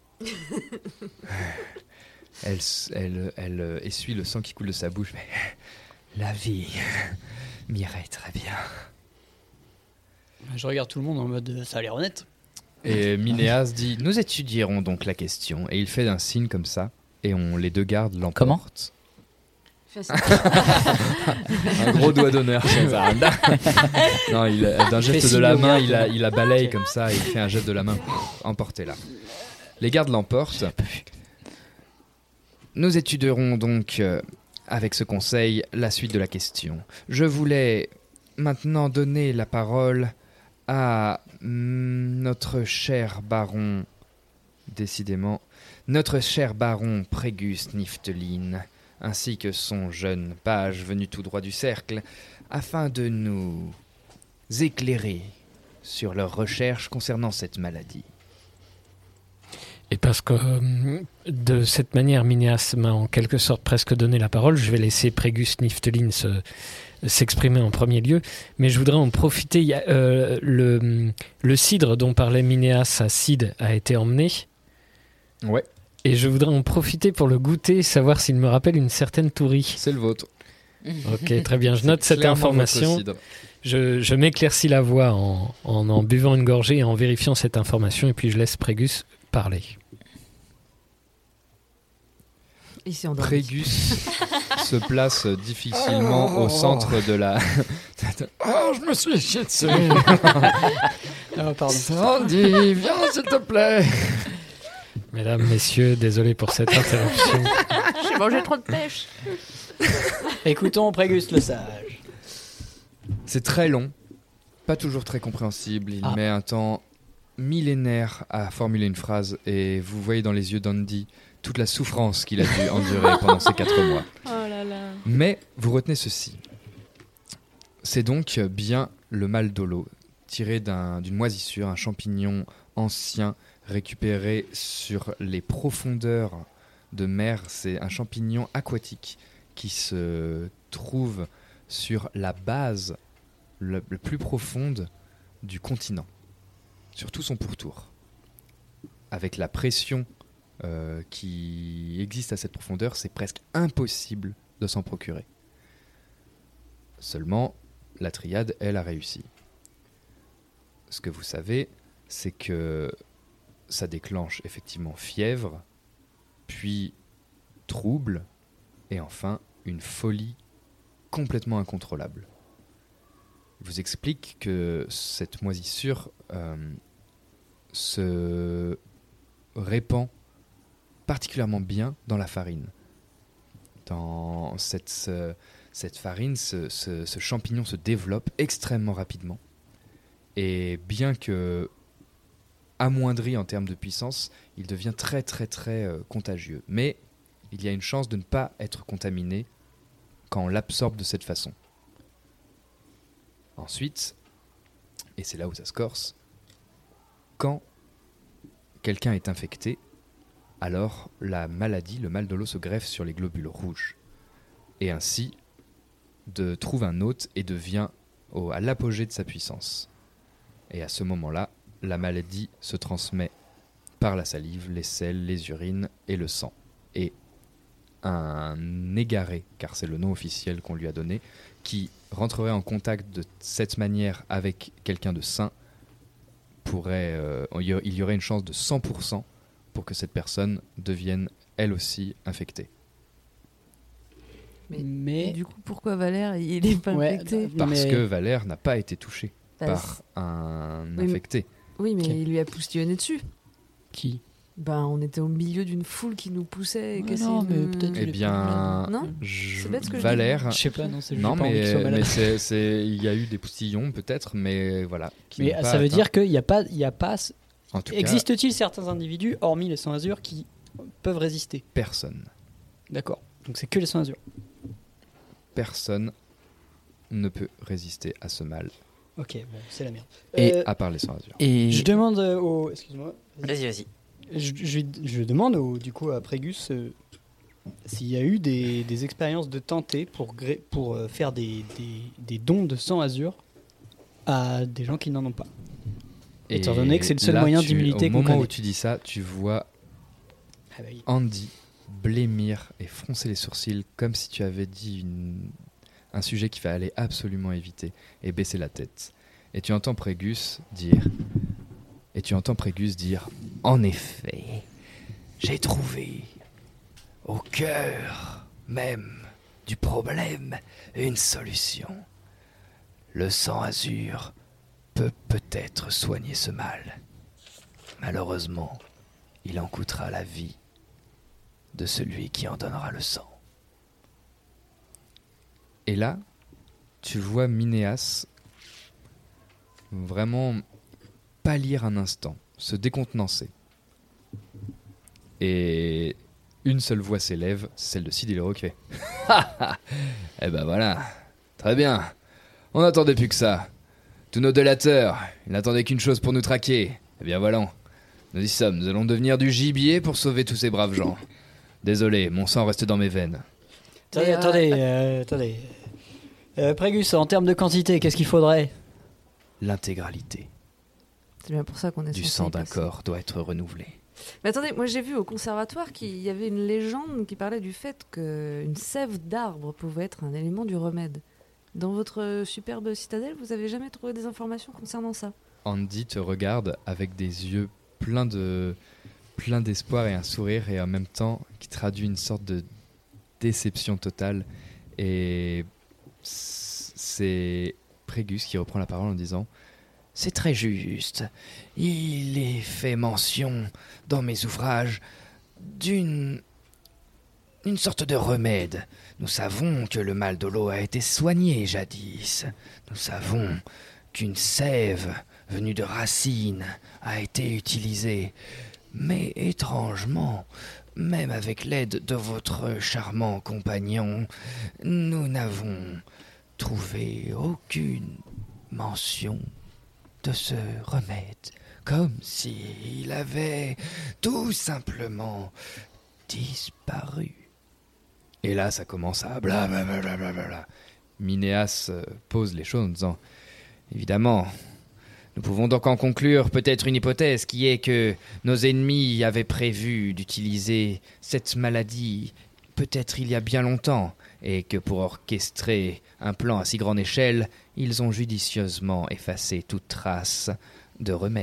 Elle essuie le sang qui coule de sa bouche. Mais la vie m'irait très bien. Je regarde tout le monde en mode ça a l'air honnête. Et Minéas dit « Nous étudierons donc la question. » Et il fait un signe comme ça. Et les 2 gardes l'emportent. Un gros doigt d'honneur. Non, d'un geste de la main, il la balaye comme ça. Et il fait un geste de la main. Emportez-la. Les gardes l'emportent. Nous étudierons donc, avec ce conseil, la suite de la question. Je voulais maintenant donner la parole à notre cher baron, décidément, notre cher baron Prégus Nifteline, ainsi que son jeune page venu tout droit du cercle, afin de nous éclairer sur leurs recherches concernant cette maladie. Et parce que de cette manière, Minéas m'a en quelque sorte presque donné la parole, je vais laisser Prégus Nifteline s'exprimer en premier lieu, mais je voudrais en profiter. Le cidre dont parlait Minéas à Sid a été emmené. Ouais. Et je voudrais en profiter pour le goûter, savoir s'il me rappelle une certaine tourie. C'est le vôtre. Ok, très bien. Je note cette information. Je m'éclaircis la voix en buvant une gorgée et en vérifiant cette information, et puis je laisse Prégus parler. Prégus se place difficilement au centre de la... Oh, je me suis chié dessus. Pardon. Sandy, viens s'il te plaît. Mesdames, messieurs, désolé pour cette interruption. J'ai mangé trop de pêche. Écoutons Prégus le sage. C'est très long, pas toujours très compréhensible. Il met un temps millénaire à formuler une phrase, et vous voyez dans les yeux d'Andy toute la souffrance qu'il a dû endurer pendant ces 4 mois. Oh là là. Mais vous retenez ceci. C'est donc bien le maldolo, tiré d'une moisissure, un champignon ancien récupéré sur les profondeurs de mer. C'est un champignon aquatique qui se trouve sur la base le plus profonde du continent, sur tout son pourtour. Avec la pression qui existe à cette profondeur, c'est presque impossible de s'en procurer. Seulement, la triade, elle, a réussi. Ce que vous savez, c'est que ça déclenche effectivement fièvre, puis trouble, et enfin une folie complètement incontrôlable. Il vous explique que cette moisissure se répand particulièrement bien dans la farine. Dans cette farine, ce champignon se développe extrêmement rapidement. Et bien que amoindri en termes de puissance, il devient très très très contagieux. Mais il y a une chance de ne pas être contaminé quand on l'absorbe de cette façon. Ensuite, et c'est là où ça se corse, quand quelqu'un est infecté, alors la maladie, le mal de l'eau se greffe sur les globules rouges. Et ainsi, trouve un hôte et devient à l'apogée de sa puissance. Et à ce moment-là, la maladie se transmet par la salive, les selles, les urines et le sang. Et un égaré, car c'est le nom officiel qu'on lui a donné, qui rentrerait en contact de cette manière avec quelqu'un de sain, il y aurait une chance de 100% pour que cette personne devienne elle aussi infectée. Mais du coup, pourquoi Valère, il n'est pas infecté ? Parce que Valère n'a pas été touché par un infecté. Oui, mais il lui a poustillonné dessus. Qui ? On était au milieu d'une foule qui nous poussait. Et non, mais peut-être. Eh bien, non, c'est bête ce que Valère. Je sais pas, non, c'est juste non, pas envie qu'il soit malade. mais il y a eu des poustillons peut-être, mais voilà. Mais ça veut dire qu'il n'y a pas. En tout Existe-t-il certains individus, hormis les sans azur, qui peuvent résister ? Personne. D'accord. Donc c'est que les sans azur. Personne ne peut résister à ce mal. Ok, bon, c'est la merde. Et à part les sans azur. Et je demande au. Excuse-moi. Vas-y. Je demande du coup à Prégus s'il y a eu des expériences de tenter pour faire des dons de sang azur à des gens qui n'en ont pas. Étant donné que c'est le seul moyen d'immunité qu'on connaît. Au moment où tu dis ça, tu vois Andy blêmir et froncer les sourcils comme si tu avais dit un sujet qu'il fallait absolument éviter et baisser la tête. Et tu entends Prégus dire en effet, j'ai trouvé au cœur même du problème une solution. Le sang azur peut peut-être soigner ce mal. Malheureusement, il en coûtera la vie de celui qui en donnera le sang. Et là, tu vois Minéas vraiment pâlir un instant, se décontenancer. Et une seule voix s'élève, celle de Sid Hero qui fait « Eh ben voilà, très bien, on n'attendait plus que ça. Tous nos délateurs, ils n'attendaient qu'une chose pour nous traquer. Eh bien voilà, nous y sommes, nous allons devenir du gibier pour sauver tous ces braves gens. Désolé, mon sang reste dans mes veines. » Attendez. Prégus, en termes de quantité, qu'est-ce qu'il faudrait ? L'intégralité C'est bien pour ça qu'on est du sang d'un corps doit être renouvelé. Mais attendez, moi j'ai vu au conservatoire qu'il y avait une légende qui parlait du fait qu'une sève d'arbre pouvait être un élément du remède. Dans votre superbe citadelle, vous avez jamais trouvé des informations concernant ça ? Andy te regarde avec des yeux pleins d'espoir et un sourire, et en même temps qui traduit une sorte de déception totale. Et c'est Prégus qui reprend la parole en disant « C'est très juste. Il est fait mention dans mes ouvrages d'une sorte de remède. Nous savons que le mal de l'eau a été soigné jadis. Nous savons qu'une sève venue de racines a été utilisée. Mais étrangement, même avec l'aide de votre charmant compagnon, nous n'avons trouvé aucune mention de ce remède, comme s'il avait tout simplement disparu. » Et là, ça commence à blablabla. Minéas pose les choses en disant « Évidemment, nous pouvons donc en conclure peut-être une hypothèse qui est que nos ennemis avaient prévu d'utiliser cette maladie peut-être il y a bien longtemps, et que pour orchestrer un plan à si grande échelle, ils ont judicieusement effacé toute trace de remède. »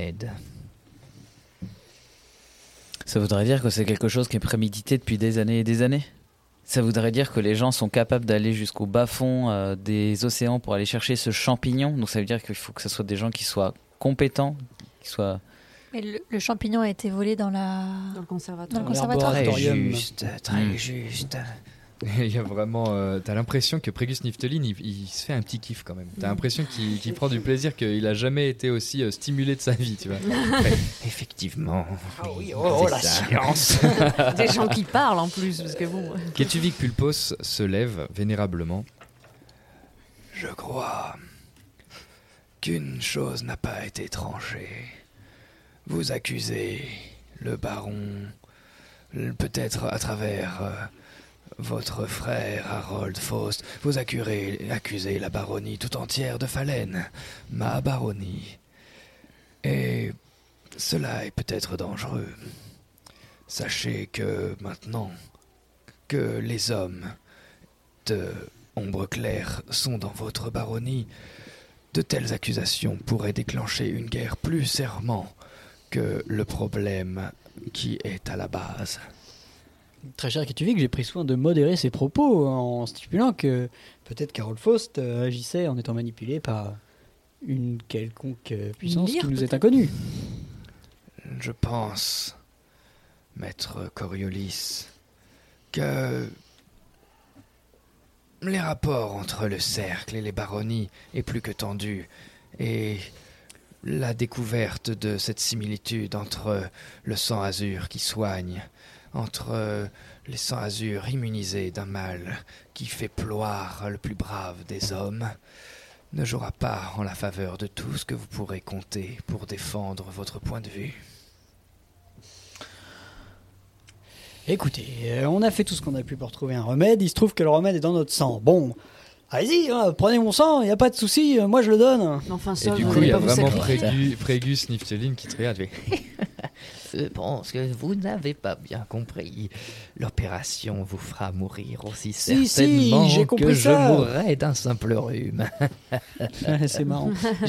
Ça voudrait dire que c'est quelque chose qui est prémédité depuis des années et des années ? Ça voudrait dire que les gens sont capables d'aller jusqu'au bas-fond des océans pour aller chercher ce champignon. Donc ça veut dire qu'il faut que ce soit des gens qui soient compétents, qui soient... Mais le champignon a été volé dans le conservatoire. Très juste, très juste. Il y a vraiment, t'as l'impression que Prégus Nifteline, il se fait un petit kiff quand même. T'as l'impression qu'il prend du plaisir, qu'il a jamais été aussi stimulé de sa vie, tu vois. Effectivement. Ah oui, oh la science. Des gens qui parlent en plus, parce que bon. Ketuvik Pulpos se lève vénérablement. Je crois qu'une chose n'a pas été tranchée. Vous accusez le baron, peut-être à travers votre frère Harold Faust, vous accusez la baronnie tout entière de Fallen, ma baronnie. Et cela est peut-être dangereux. Sachez que maintenant que les hommes de Ombre Claire sont dans votre baronnie, de telles accusations pourraient déclencher une guerre plus serment que le problème qui est à la base. Très cher Ketuvik, j'ai pris soin de modérer ses propos en stipulant que peut-être qu'Harold Faust agissait en étant manipulé par une quelconque puissance qui nous est inconnue. Je pense, maître Coriolis, que les rapports entre le cercle et les baronnies est plus que tendu, et la découverte de cette similitude entre le sang azur qui soigne, entre les sangs azur immunisés d'un mal qui fait ploire le plus brave des hommes, ne jouera pas en la faveur de tout ce que vous pourrez compter pour défendre votre point de vue. Écoutez, on a fait tout ce qu'on a pu pour trouver un remède, il se trouve que le remède est dans notre sang. Bon, allez-y, prenez mon sang, il n'y a pas de souci, moi je le donne. Enfin, ça, et du coup, il y a vraiment Prégus Nifteline qui te regarde. Je pense que vous n'avez pas bien compris. L'opération vous fera mourir aussi certainement j'ai compris que ça. Je mourrai d'un simple rhume. C'est marrant.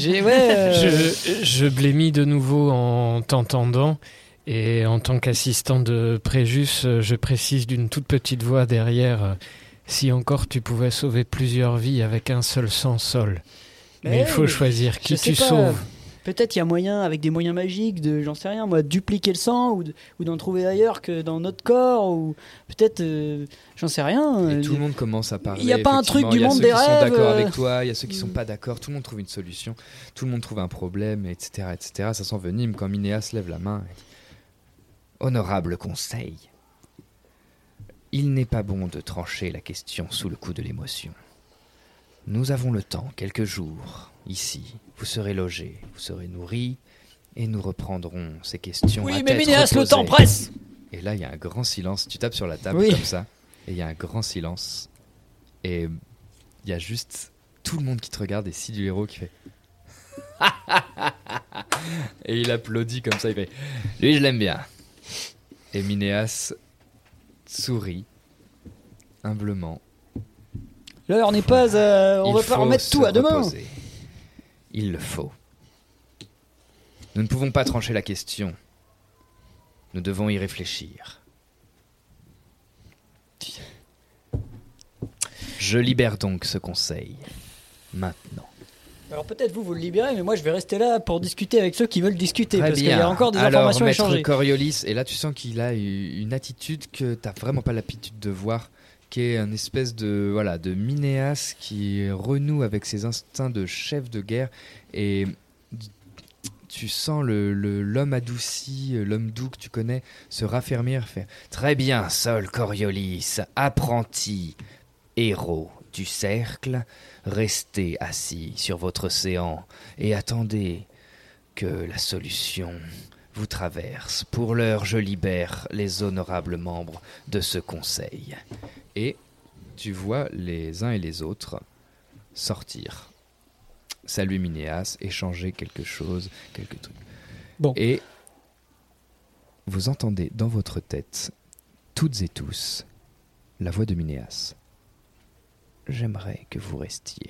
Je blémis de nouveau en t'entendant. Et en tant qu'assistant de Prégus, je précise d'une toute petite voix derrière, si encore tu pouvais sauver plusieurs vies avec un seul sang sol. Mais il faut choisir qui tu sauves. Peut-être il y a moyen, avec des moyens magiques, de, j'en sais rien, moi, dupliquer le sang ou d'en trouver ailleurs que dans notre corps, ou peut-être, j'en sais rien. Et tout le monde commence à parler. Il n'y a pas un truc du monde des rêves. Il y a ceux qui sont d'accord avec toi, il y a ceux qui ne sont pas d'accord, tout le monde trouve une solution, tout le monde trouve un problème, etc. etc. Ça s'envenime quand Minéas lève la main. Honorable conseil, il n'est pas bon de trancher la question sous le coup de l'émotion. Nous avons le temps, quelques jours, ici. Vous serez logés, vous serez nourris, et nous reprendrons ces questions à tête reposée. Oui, mais Minéas, le temps presse. Et là, il y a un grand silence. Tu tapes sur la table comme ça, et il y a un grand silence. Et il y a juste tout le monde qui te regarde, et Sid du héros qui fait... et il applaudit comme ça, il fait... Lui, je l'aime bien. Et Minéas sourit humblement. L'heure n'est pas... on va pas remettre tout à demain. Reposer. Il le faut. Nous ne pouvons pas trancher la question. Nous devons y réfléchir. Je libère donc ce conseil. Maintenant. Alors peut-être vous le libérez, mais moi je vais rester là pour discuter avec ceux qui veulent discuter. Très parce bien. qu'il y a encore des informations à échanger. Maître Coriolis, et là tu sens qu'il a une attitude que tu n'as vraiment pas l'habitude de voir, qui est une espèce de Minéas qui renoue avec ses instincts de chef de guerre, et tu sens l'homme adouci, l'homme doux que tu connais, se raffermir, faire « Très bien, Sol Coriolis, apprenti, héros du cercle, restez assis sur votre séant et attendez que la solution vous traverse. Pour l'heure, je libère les honorables membres de ce conseil. » Et tu vois les uns et les autres sortir. Salut Minéas, échanger quelque chose, quelques trucs. Bon. Et vous entendez dans votre tête, toutes et tous, la voix de Minéas. J'aimerais que vous restiez.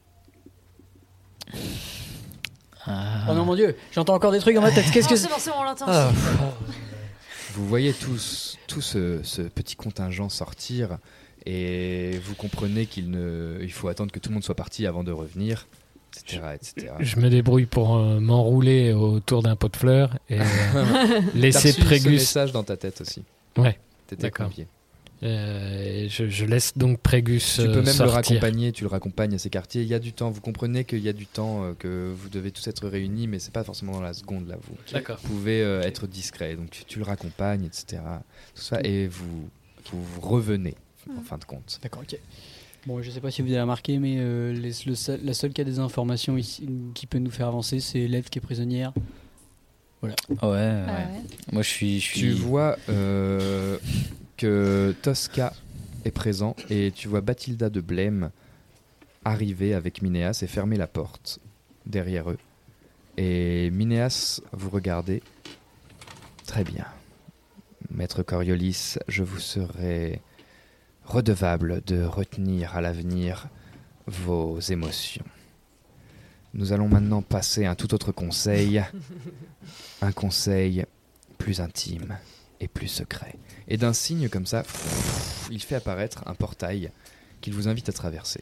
Oh non mon Dieu, j'entends encore des trucs dans ma tête. Qu'est-ce que c'est bon, on l'entend. Vous voyez tout ce petit contingent sortir et vous comprenez il faut attendre que tout le monde soit parti avant de revenir, etc. etc. Je me débrouille pour m'enrouler autour d'un pot de fleurs et laisser T'as reçu ce Prégus. message dans ta tête aussi. Ouais. T'étais convié. Je laisse donc Prégus Tu peux même sortir. le raccompagner, tu le raccompagnes à ces quartiers. Il y a du temps, vous comprenez qu'il y a du temps, que vous devez tous être réunis, mais c'est pas forcément dans la seconde là. D'accord. Vous pouvez être discret, donc tu le raccompagnes, etc. Tout ça, et vous revenez en fin de compte. D'accord, ok. Bon, je sais pas si vous avez remarqué, mais la seule qui a des informations ici, qui peut nous faire avancer, c'est l'elfe qui est prisonnière. Voilà. Ouais. Moi, je suis. Tu vois que Tosca est présent et tu vois Bathilda de Blême arriver avec Minéas et fermer la porte derrière eux. Et Minéas, vous regardez. Très bien. Maître Coriolis, je vous serai redevable de retenir à l'avenir vos émotions. Nous allons maintenant passer à un tout autre conseil, un conseil plus intime et plus secret. Et d'un signe comme ça, il fait apparaître un portail qu'il vous invite à traverser.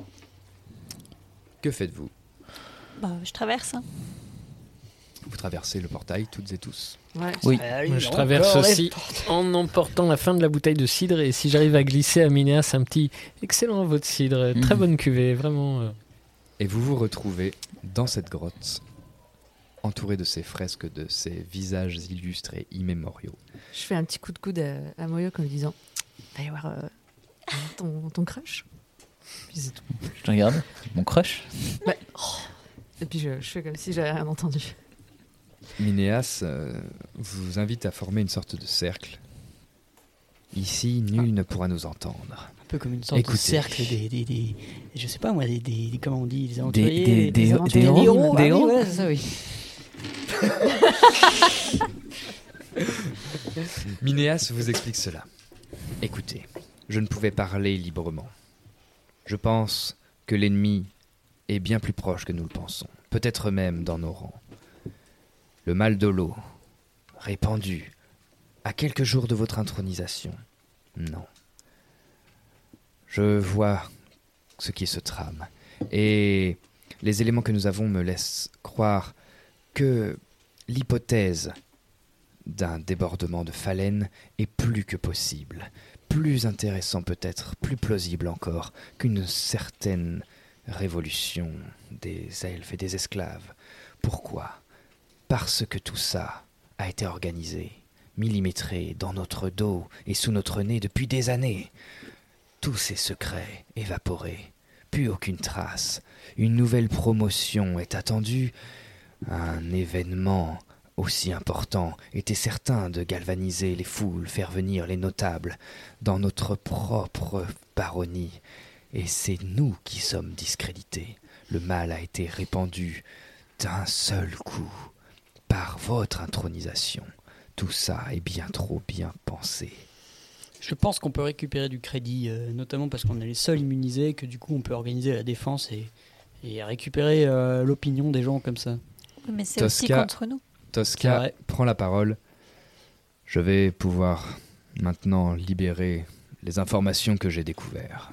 Que faites-vous ? Je traverse. Vous traversez le portail toutes et tous ? Ouais. Oui. Moi, je traverse aussi en emportant la fin de la bouteille de cidre, et si j'arrive à glisser à Minéas un petit « Excellent votre cidre, très bonne cuvée, vraiment... Et vous vous retrouvez dans cette grotte, entouré de ces fresques, de ces visages illustres et immémoriaux. Je fais un petit coup de coude à Moyoc en lui disant va y avoir ton crush. Puis c'est tout. Je te regarde, mon crush. Et puis je fais comme si j'avais rien entendu. Minéas vous invite à former une sorte de cercle. Ici, nul ne pourra nous entendre. Un peu comme une sorte de cercle des je sais pas moi, des comment on dit, des aventuriers. Des héros. Des héros. Ouais, c'est ça, oui. Minéas vous explique cela. Écoutez, je ne pouvais parler librement. Je pense que l'ennemi est bien plus proche que nous le pensons, peut-être même dans nos rangs. Le mal de l'eau, répandu à quelques jours de votre intronisation, non. Je vois ce qui se trame, et les éléments que nous avons me laissent croire que l'hypothèse d'un débordement de Phalène est plus que possible, plus intéressant peut-être, plus plausible encore qu'une certaine révolution des elfes et des esclaves. Pourquoi ? Parce que tout ça a été organisé, millimétré dans notre dos et sous notre nez depuis des années. Tous ces secrets évaporés, plus aucune trace. Une nouvelle promotion est attendue. Un événement aussi important était certain de galvaniser les foules, faire venir les notables dans notre propre baronnie. Et c'est nous qui sommes discrédités. Le mal a été répandu d'un seul coup, par votre intronisation. Tout ça est bien trop bien pensé. Je pense qu'on peut récupérer du crédit, notamment parce qu'on est les seuls immunisés, que du coup on peut organiser la défense et récupérer l'opinion des gens comme ça. Mais c'est aussi contre nous. Tosca prend la parole. Je vais pouvoir maintenant libérer les informations que j'ai découvertes.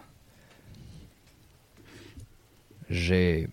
J'ai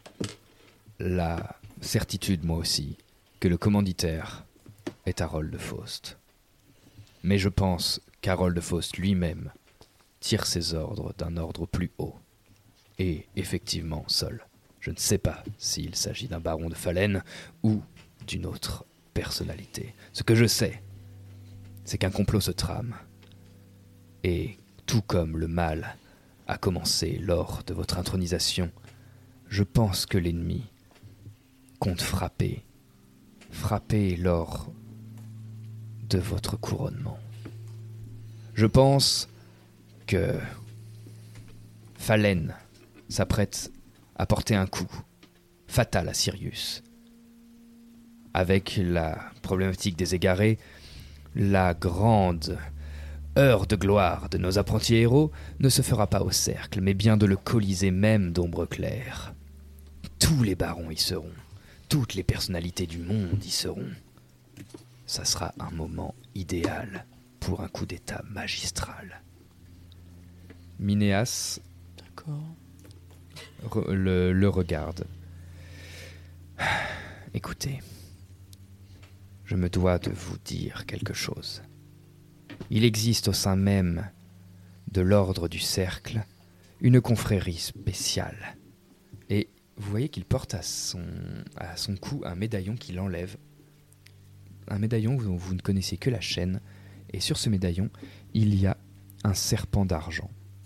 la certitude, moi aussi, que le commanditaire est Harold de Faust. Mais je pense qu'Harold de Faust lui-même tire ses ordres d'un ordre plus haut. Et effectivement, seul. Je ne sais pas s'il s'agit d'un baron de Phalène ou d'une autre personnalité. Ce que je sais, c'est qu'un complot se trame. Et tout comme le mal a commencé lors de votre intronisation, je pense que l'ennemi compte frapper lors de votre couronnement. Je pense que Phalène s'apprête à porter un coup fatal à Sirius. Avec la problématique des égarés, la grande heure de gloire de nos apprentis héros ne se fera pas au cercle, mais bien de le Colisée même d'Ombre Claire. Tous les barons y seront, toutes les personnalités du monde y seront. Ça sera un moment idéal pour un coup d'état magistral. Minéas le regarde. Écoutez, je me dois de vous dire quelque chose. Il existe au sein même de l'ordre du cercle, une confrérie spéciale. Et vous voyez qu'il porte à son cou un médaillon qu'il enlève. Un médaillon dont vous ne connaissez que la chaîne. Et sur ce médaillon, il y a un serpent d'argent.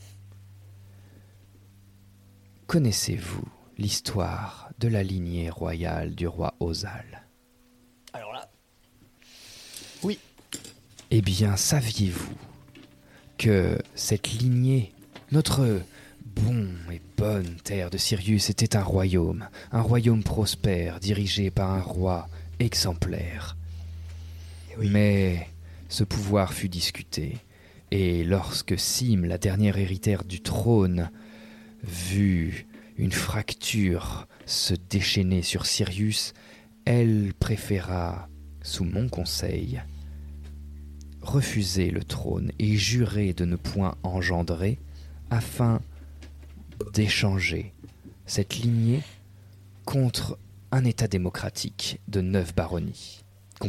Connaissez-vous l'histoire de la lignée royale du roi Ozal ? Alors là, oui. Eh bien, saviez-vous que cette lignée, notre bon et bonne terre de Sirius, était un royaume prospère, dirigé par un roi exemplaire. Oui. Mais ce pouvoir fut discuté, et lorsque Sim, la dernière héritière du trône, vit une fracture se déchaîner sur Sirius, elle préféra, sous mon conseil, refuser le trône et jurer de ne point engendrer afin d'échanger cette lignée contre un état démocratique de 9 baronnies. Comprenez-vous ?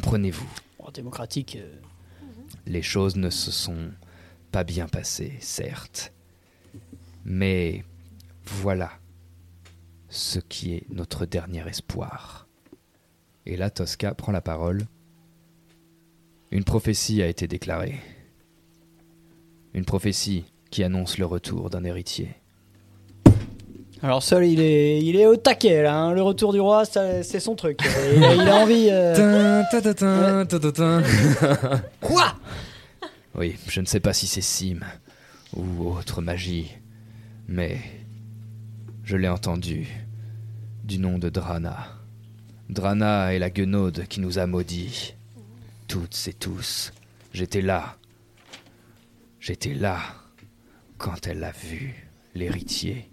Démocratique. Les choses ne se sont pas bien passées, certes. Mais voilà ce qui est notre dernier espoir. Et là, Tosca prend la parole. Une prophétie a été déclarée. Une prophétie qui annonce le retour d'un héritier. Alors Sol, il est au taquet là, hein. Le retour du roi, c'est son truc. Il a envie... Quoi ? Oui, je ne sais pas si c'est Sim ou autre magie, mais je l'ai entendu du nom de Drana. Drana est la guenaude qui nous a maudits. Toutes et tous. J'étais là quand elle a vu l'héritier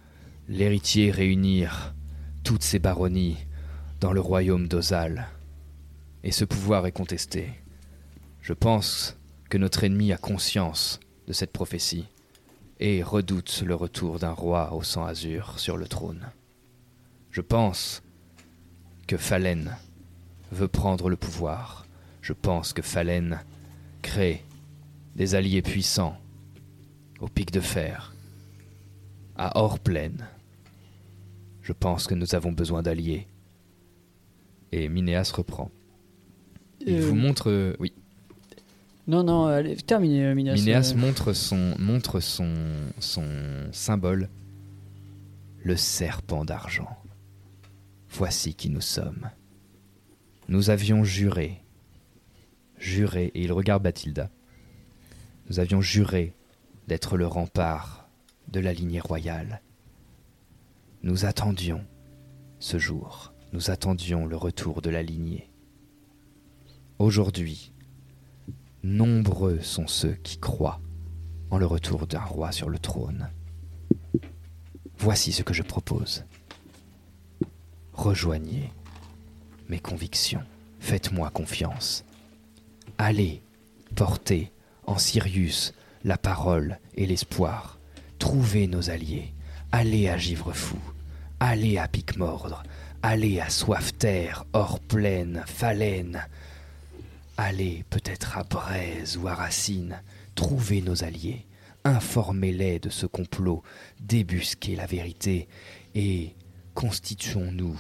réunir toutes ces baronnies dans le royaume d'Ozal. Et ce pouvoir est contesté. Je pense que notre ennemi a conscience de cette prophétie et redoute le retour d'un roi au sang azur sur le trône. Je pense que Fallen veut prendre le pouvoir. Je pense que Fallen crée des alliés puissants au pic de fer, à Hors-Plaine. Je pense que nous avons besoin d'alliés. Et Minéas reprend. Il vous montre... oui. Non, allez, terminez, Minéas. Minéas montre son symbole, le serpent d'argent. Voici qui nous sommes. Nous avions juré, et il regarde Bathilda. Nous avions juré d'être le rempart de la lignée royale. Nous attendions ce jour, nous attendions le retour de la lignée. Aujourd'hui, nombreux sont ceux qui croient en le retour d'un roi sur le trône. Voici ce que je propose. Rejoignez mes convictions, faites-moi confiance. Allez porter en Sirius la parole et l'espoir. Trouvez nos alliés. Allez à Givrefou. Allez à Pic-Mordre. Allez à Soif-Terre, Hors-Plaine, Fallen. Allez peut-être à Braise ou à Racine. Trouvez nos alliés. Informez-les de ce complot. Débusquez la vérité et constituons-nous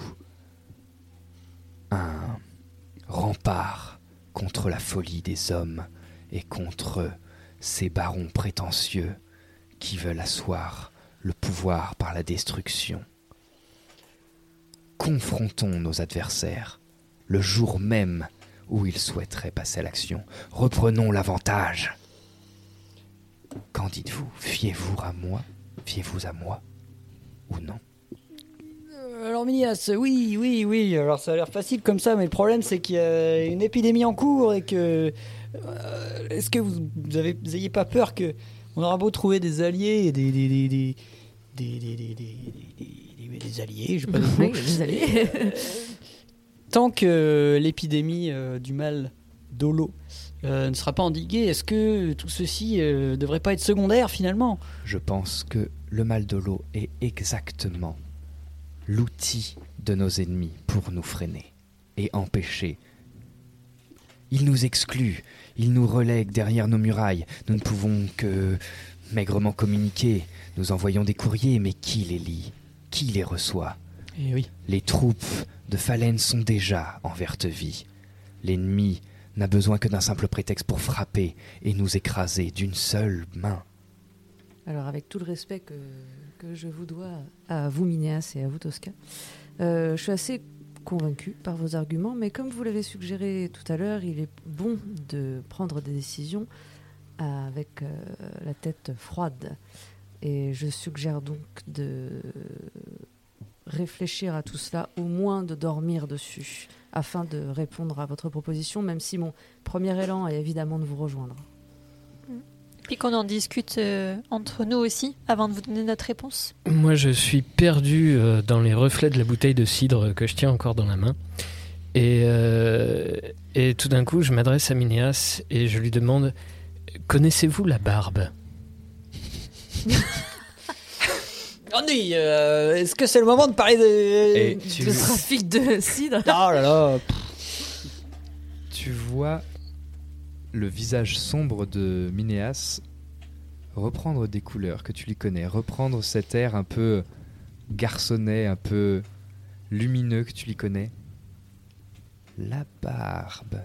un rempart contre la folie des hommes et contre ces barons prétentieux qui veulent asseoir le pouvoir par la destruction. Confrontons nos adversaires le jour même où ils souhaiteraient passer à l'action. Reprenons l'avantage. Qu'en dites-vous ? Fiez-vous à moi ou non ? Alors Minéas, oui. Alors ça a l'air facile comme ça, mais le problème c'est qu'il y a une épidémie en cours et que... est-ce que vous n'ayez pas peur que on aura beau trouver des alliés et des alliés, je sais pas des alliés. Tant que l'épidémie du mal d'Olo ne sera pas endiguée, est-ce que tout ceci devrait pas être secondaire finalement ? Je pense que le mal d'Olo est exactement l'outil de nos ennemis pour nous freiner et empêcher. Il nous exclut, il nous relègue derrière nos murailles. Nous ne pouvons que maigrement communiqués. Nous envoyons des courriers, mais qui les lit? Qui les reçoit? Eh oui. Les troupes de Fallen sont déjà en verte vie. L'ennemi n'a besoin que d'un simple prétexte pour frapper et nous écraser d'une seule main. Alors, avec tout le respect que je vous dois à vous, Minéas, et à vous, Tosca, je suis assez convaincu par vos arguments, mais comme vous l'avez suggéré tout à l'heure, il est bon de prendre des décisions avec la tête froide. Et je suggère donc de réfléchir à tout cela, au moins de dormir dessus, afin de répondre à votre proposition, même si mon premier élan est évidemment de vous rejoindre. Puis qu'on en discute entre nous aussi, avant de vous donner notre réponse. Moi, je suis perdu dans les reflets de la bouteille de cidre que je tiens encore dans la main. Et tout d'un coup, je m'adresse à Minéas et je lui demande « Connaissez-vous la barbe ?» Andy, est-ce que c'est le moment de parler de trafic de cidre? Oh là là. Tu vois le visage sombre de Minéas reprendre des couleurs que tu lui connais, reprendre cet air un peu garçonnet, un peu lumineux que tu lui connais. La barbe.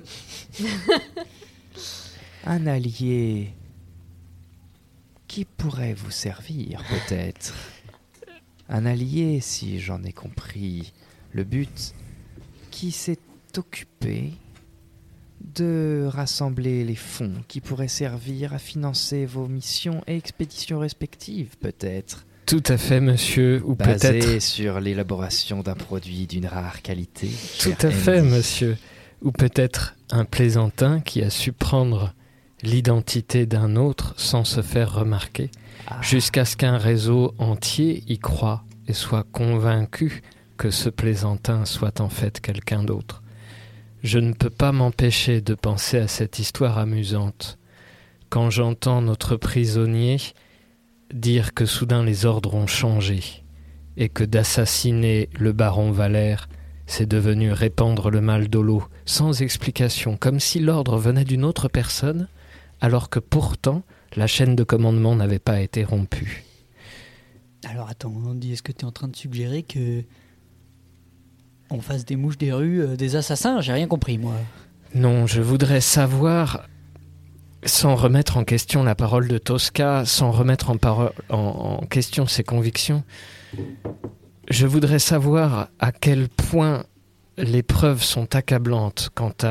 Un allié qui pourrait vous servir, peut-être. Un allié, si j'en ai compris le but, qui s'est occupé de rassembler les fonds qui pourraient servir à financer vos missions et expéditions respectives, peut-être. Tout à fait, monsieur, ou Basé peut-être... sur l'élaboration d'un produit d'une rare qualité. Tout à fait, monsieur. Ou peut-être un plaisantin qui a su prendre l'identité d'un autre sans se faire remarquer, jusqu'à ce qu'un réseau entier y croit et soit convaincu que ce plaisantin soit en fait quelqu'un d'autre. Je ne peux pas m'empêcher de penser à cette histoire amusante. Quand j'entends notre prisonnier dire que soudain les ordres ont changé et que d'assassiner le baron Valère, c'est devenu répandre le mal d'Olo, sans explication, comme si l'ordre venait d'une autre personne, alors que pourtant la chaîne de commandement n'avait pas été rompue. Alors attends, Andy, est-ce que tu es en train de suggérer que on fasse des mouches des rues des assassins? J'ai rien compris, moi. Non, je voudrais savoir, sans remettre en question la parole de Tosca, sans remettre en question ses convictions, je voudrais savoir à quel point les preuves sont accablantes quant à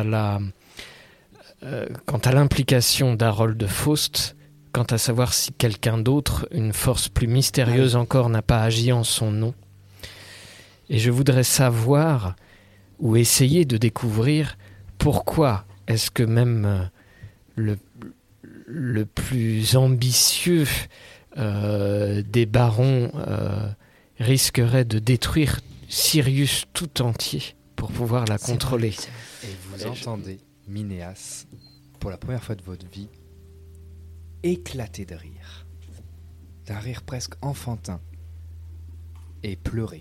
l'implication d'Harold de Faust, quant à savoir si quelqu'un d'autre, une force plus mystérieuse encore, n'a pas agi en son nom. Et je voudrais savoir, ou essayer de découvrir, pourquoi est-ce que même le plus ambitieux des barons risquerait de détruire Sirius tout entier pour pouvoir la contrôler. Et vous entendez Minéas, pour la première fois de votre vie, éclater de rire. D'un rire presque enfantin. Et pleurer.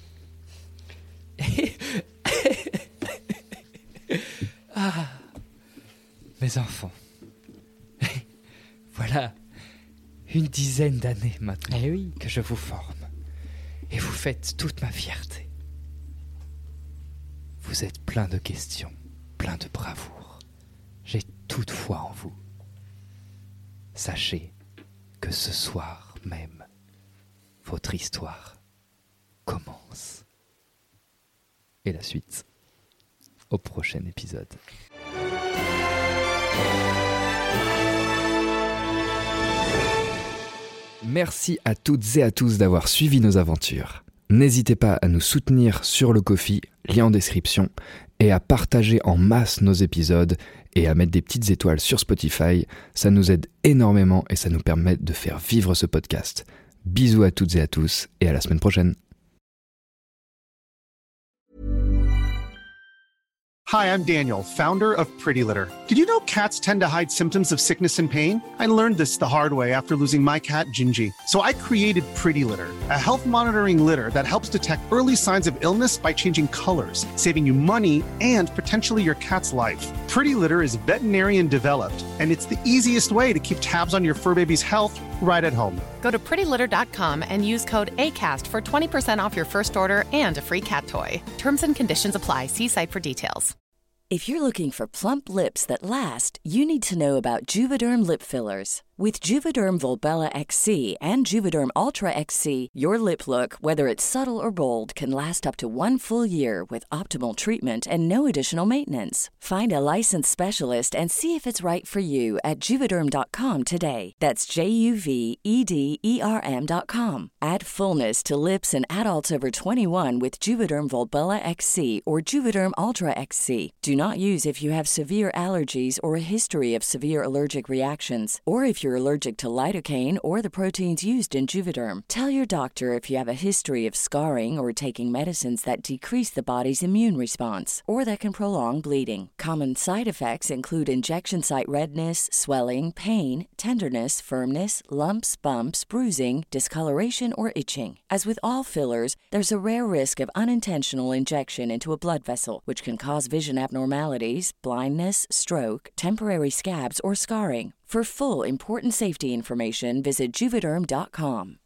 Ah, mes enfants. Voilà une dizaine d'années maintenant que je vous forme. Et vous faites toute ma fierté. Vous êtes plein de questions, plein de bravoure. J'ai toute foi en vous. Sachez que ce soir même, votre histoire commence. Et la suite, au prochain épisode. Merci à toutes et à tous d'avoir suivi nos aventures. N'hésitez pas à nous soutenir sur le Ko-fi, lien en description, et à partager en masse nos épisodes et à mettre des petites étoiles sur Spotify. Ça nous aide énormément et ça nous permet de faire vivre ce podcast. Bisous à toutes et à tous et à la semaine prochaine. Hi, I'm Daniel, founder of Pretty Litter. Did you know cats tend to hide symptoms of sickness and pain? I learned this the hard way after losing my cat, Gingy. So I created Pretty Litter, a health monitoring litter that helps detect early signs of illness by changing colors, saving you money and potentially your cat's life. Pretty Litter is veterinarian developed, and it's the easiest way to keep tabs on your fur baby's health right at home. Go to prettylitter.com and use code ACAST for 20% off your first order and a free cat toy. Terms and conditions apply. See site for details. If you're looking for plump lips that last, you need to know about Juvederm lip fillers. With Juvederm Volbella XC and Juvederm Ultra XC, your lip look, whether it's subtle or bold, can last up to 1 full year with optimal treatment and no additional maintenance. Find a licensed specialist and see if it's right for you at Juvederm.com today. That's JUVEDERM.com. Add fullness to lips in adults over 21 with Juvederm Volbella XC or Juvederm Ultra XC. Do not use if you have severe allergies or a history of severe allergic reactions, or if you're allergic to lidocaine or the proteins used in Juvederm. Tell your doctor if you have a history of scarring or taking medicines that decrease the body's immune response or that can prolong bleeding. Common side effects include injection site redness, swelling, pain, tenderness, firmness, lumps, bumps, bruising, discoloration, or itching. As with all fillers, there's a rare risk of unintentional injection into a blood vessel, which can cause vision abnormalities, blindness, stroke, temporary scabs, or scarring. For full, important safety information, visit Juvederm.com.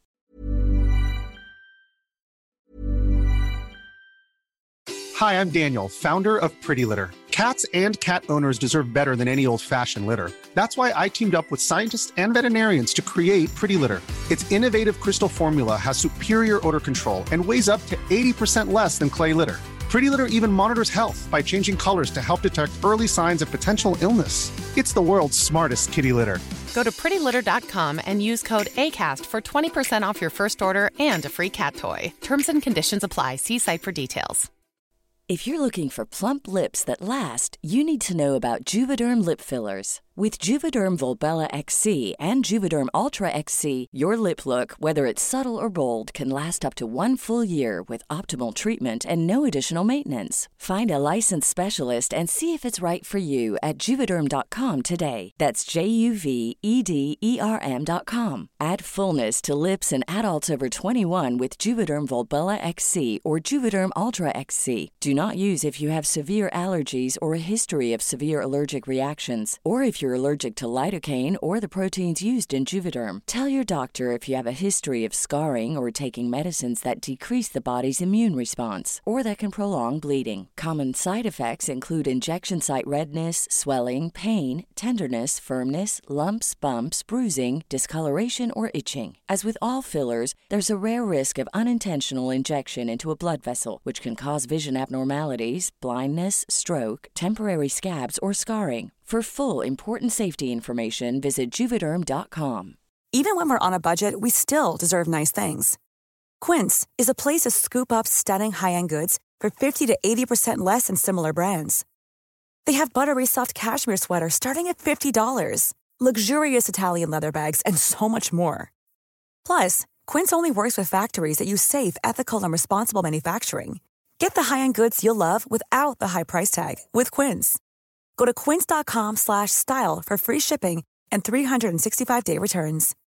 Hi, I'm Daniel, founder of Pretty Litter. Cats and cat owners deserve better than any old-fashioned litter. That's why I teamed up with scientists and veterinarians to create Pretty Litter. Its innovative crystal formula has superior odor control and weighs up to 80% less than clay litter. Pretty Litter even monitors health by changing colors to help detect early signs of potential illness. It's the world's smartest kitty litter. Go to prettylitter.com and use code ACAST for 20% off your first order and a free cat toy. Terms and conditions apply. See site for details. If you're looking for plump lips that last, you need to know about Juvederm lip fillers. With Juvederm Volbella XC and Juvederm Ultra XC, your lip look, whether it's subtle or bold, can last up to 1 full year with optimal treatment and no additional maintenance. Find a licensed specialist and see if it's right for you at Juvederm.com today. That's JUVEDERM.com. Add fullness to lips in adults over 21 with Juvederm Volbella XC or Juvederm Ultra XC. Do not use if you have severe allergies or a history of severe allergic reactions, or if you're allergic to lidocaine or the proteins used in Juvederm. Tell your doctor if you have a history of scarring or taking medicines that decrease the body's immune response or that can prolong bleeding. Common side effects include injection site redness, swelling, pain, tenderness, firmness, lumps, bumps, bruising, discoloration, or itching. As with all fillers, there's a rare risk of unintentional injection into a blood vessel, which can cause vision abnormalities, blindness, stroke, temporary scabs, or scarring. For full, important safety information, visit Juvederm.com. Even when we're on a budget, we still deserve nice things. Quince is a place to scoop up stunning high-end goods for 50 to 80% less than similar brands. They have buttery soft cashmere sweaters starting at $50, luxurious Italian leather bags, and so much more. Plus, Quince only works with factories that use safe, ethical, and responsible manufacturing. Get the high-end goods you'll love without the high price tag with Quince. Go to quince.com/style for free shipping and 365-day returns.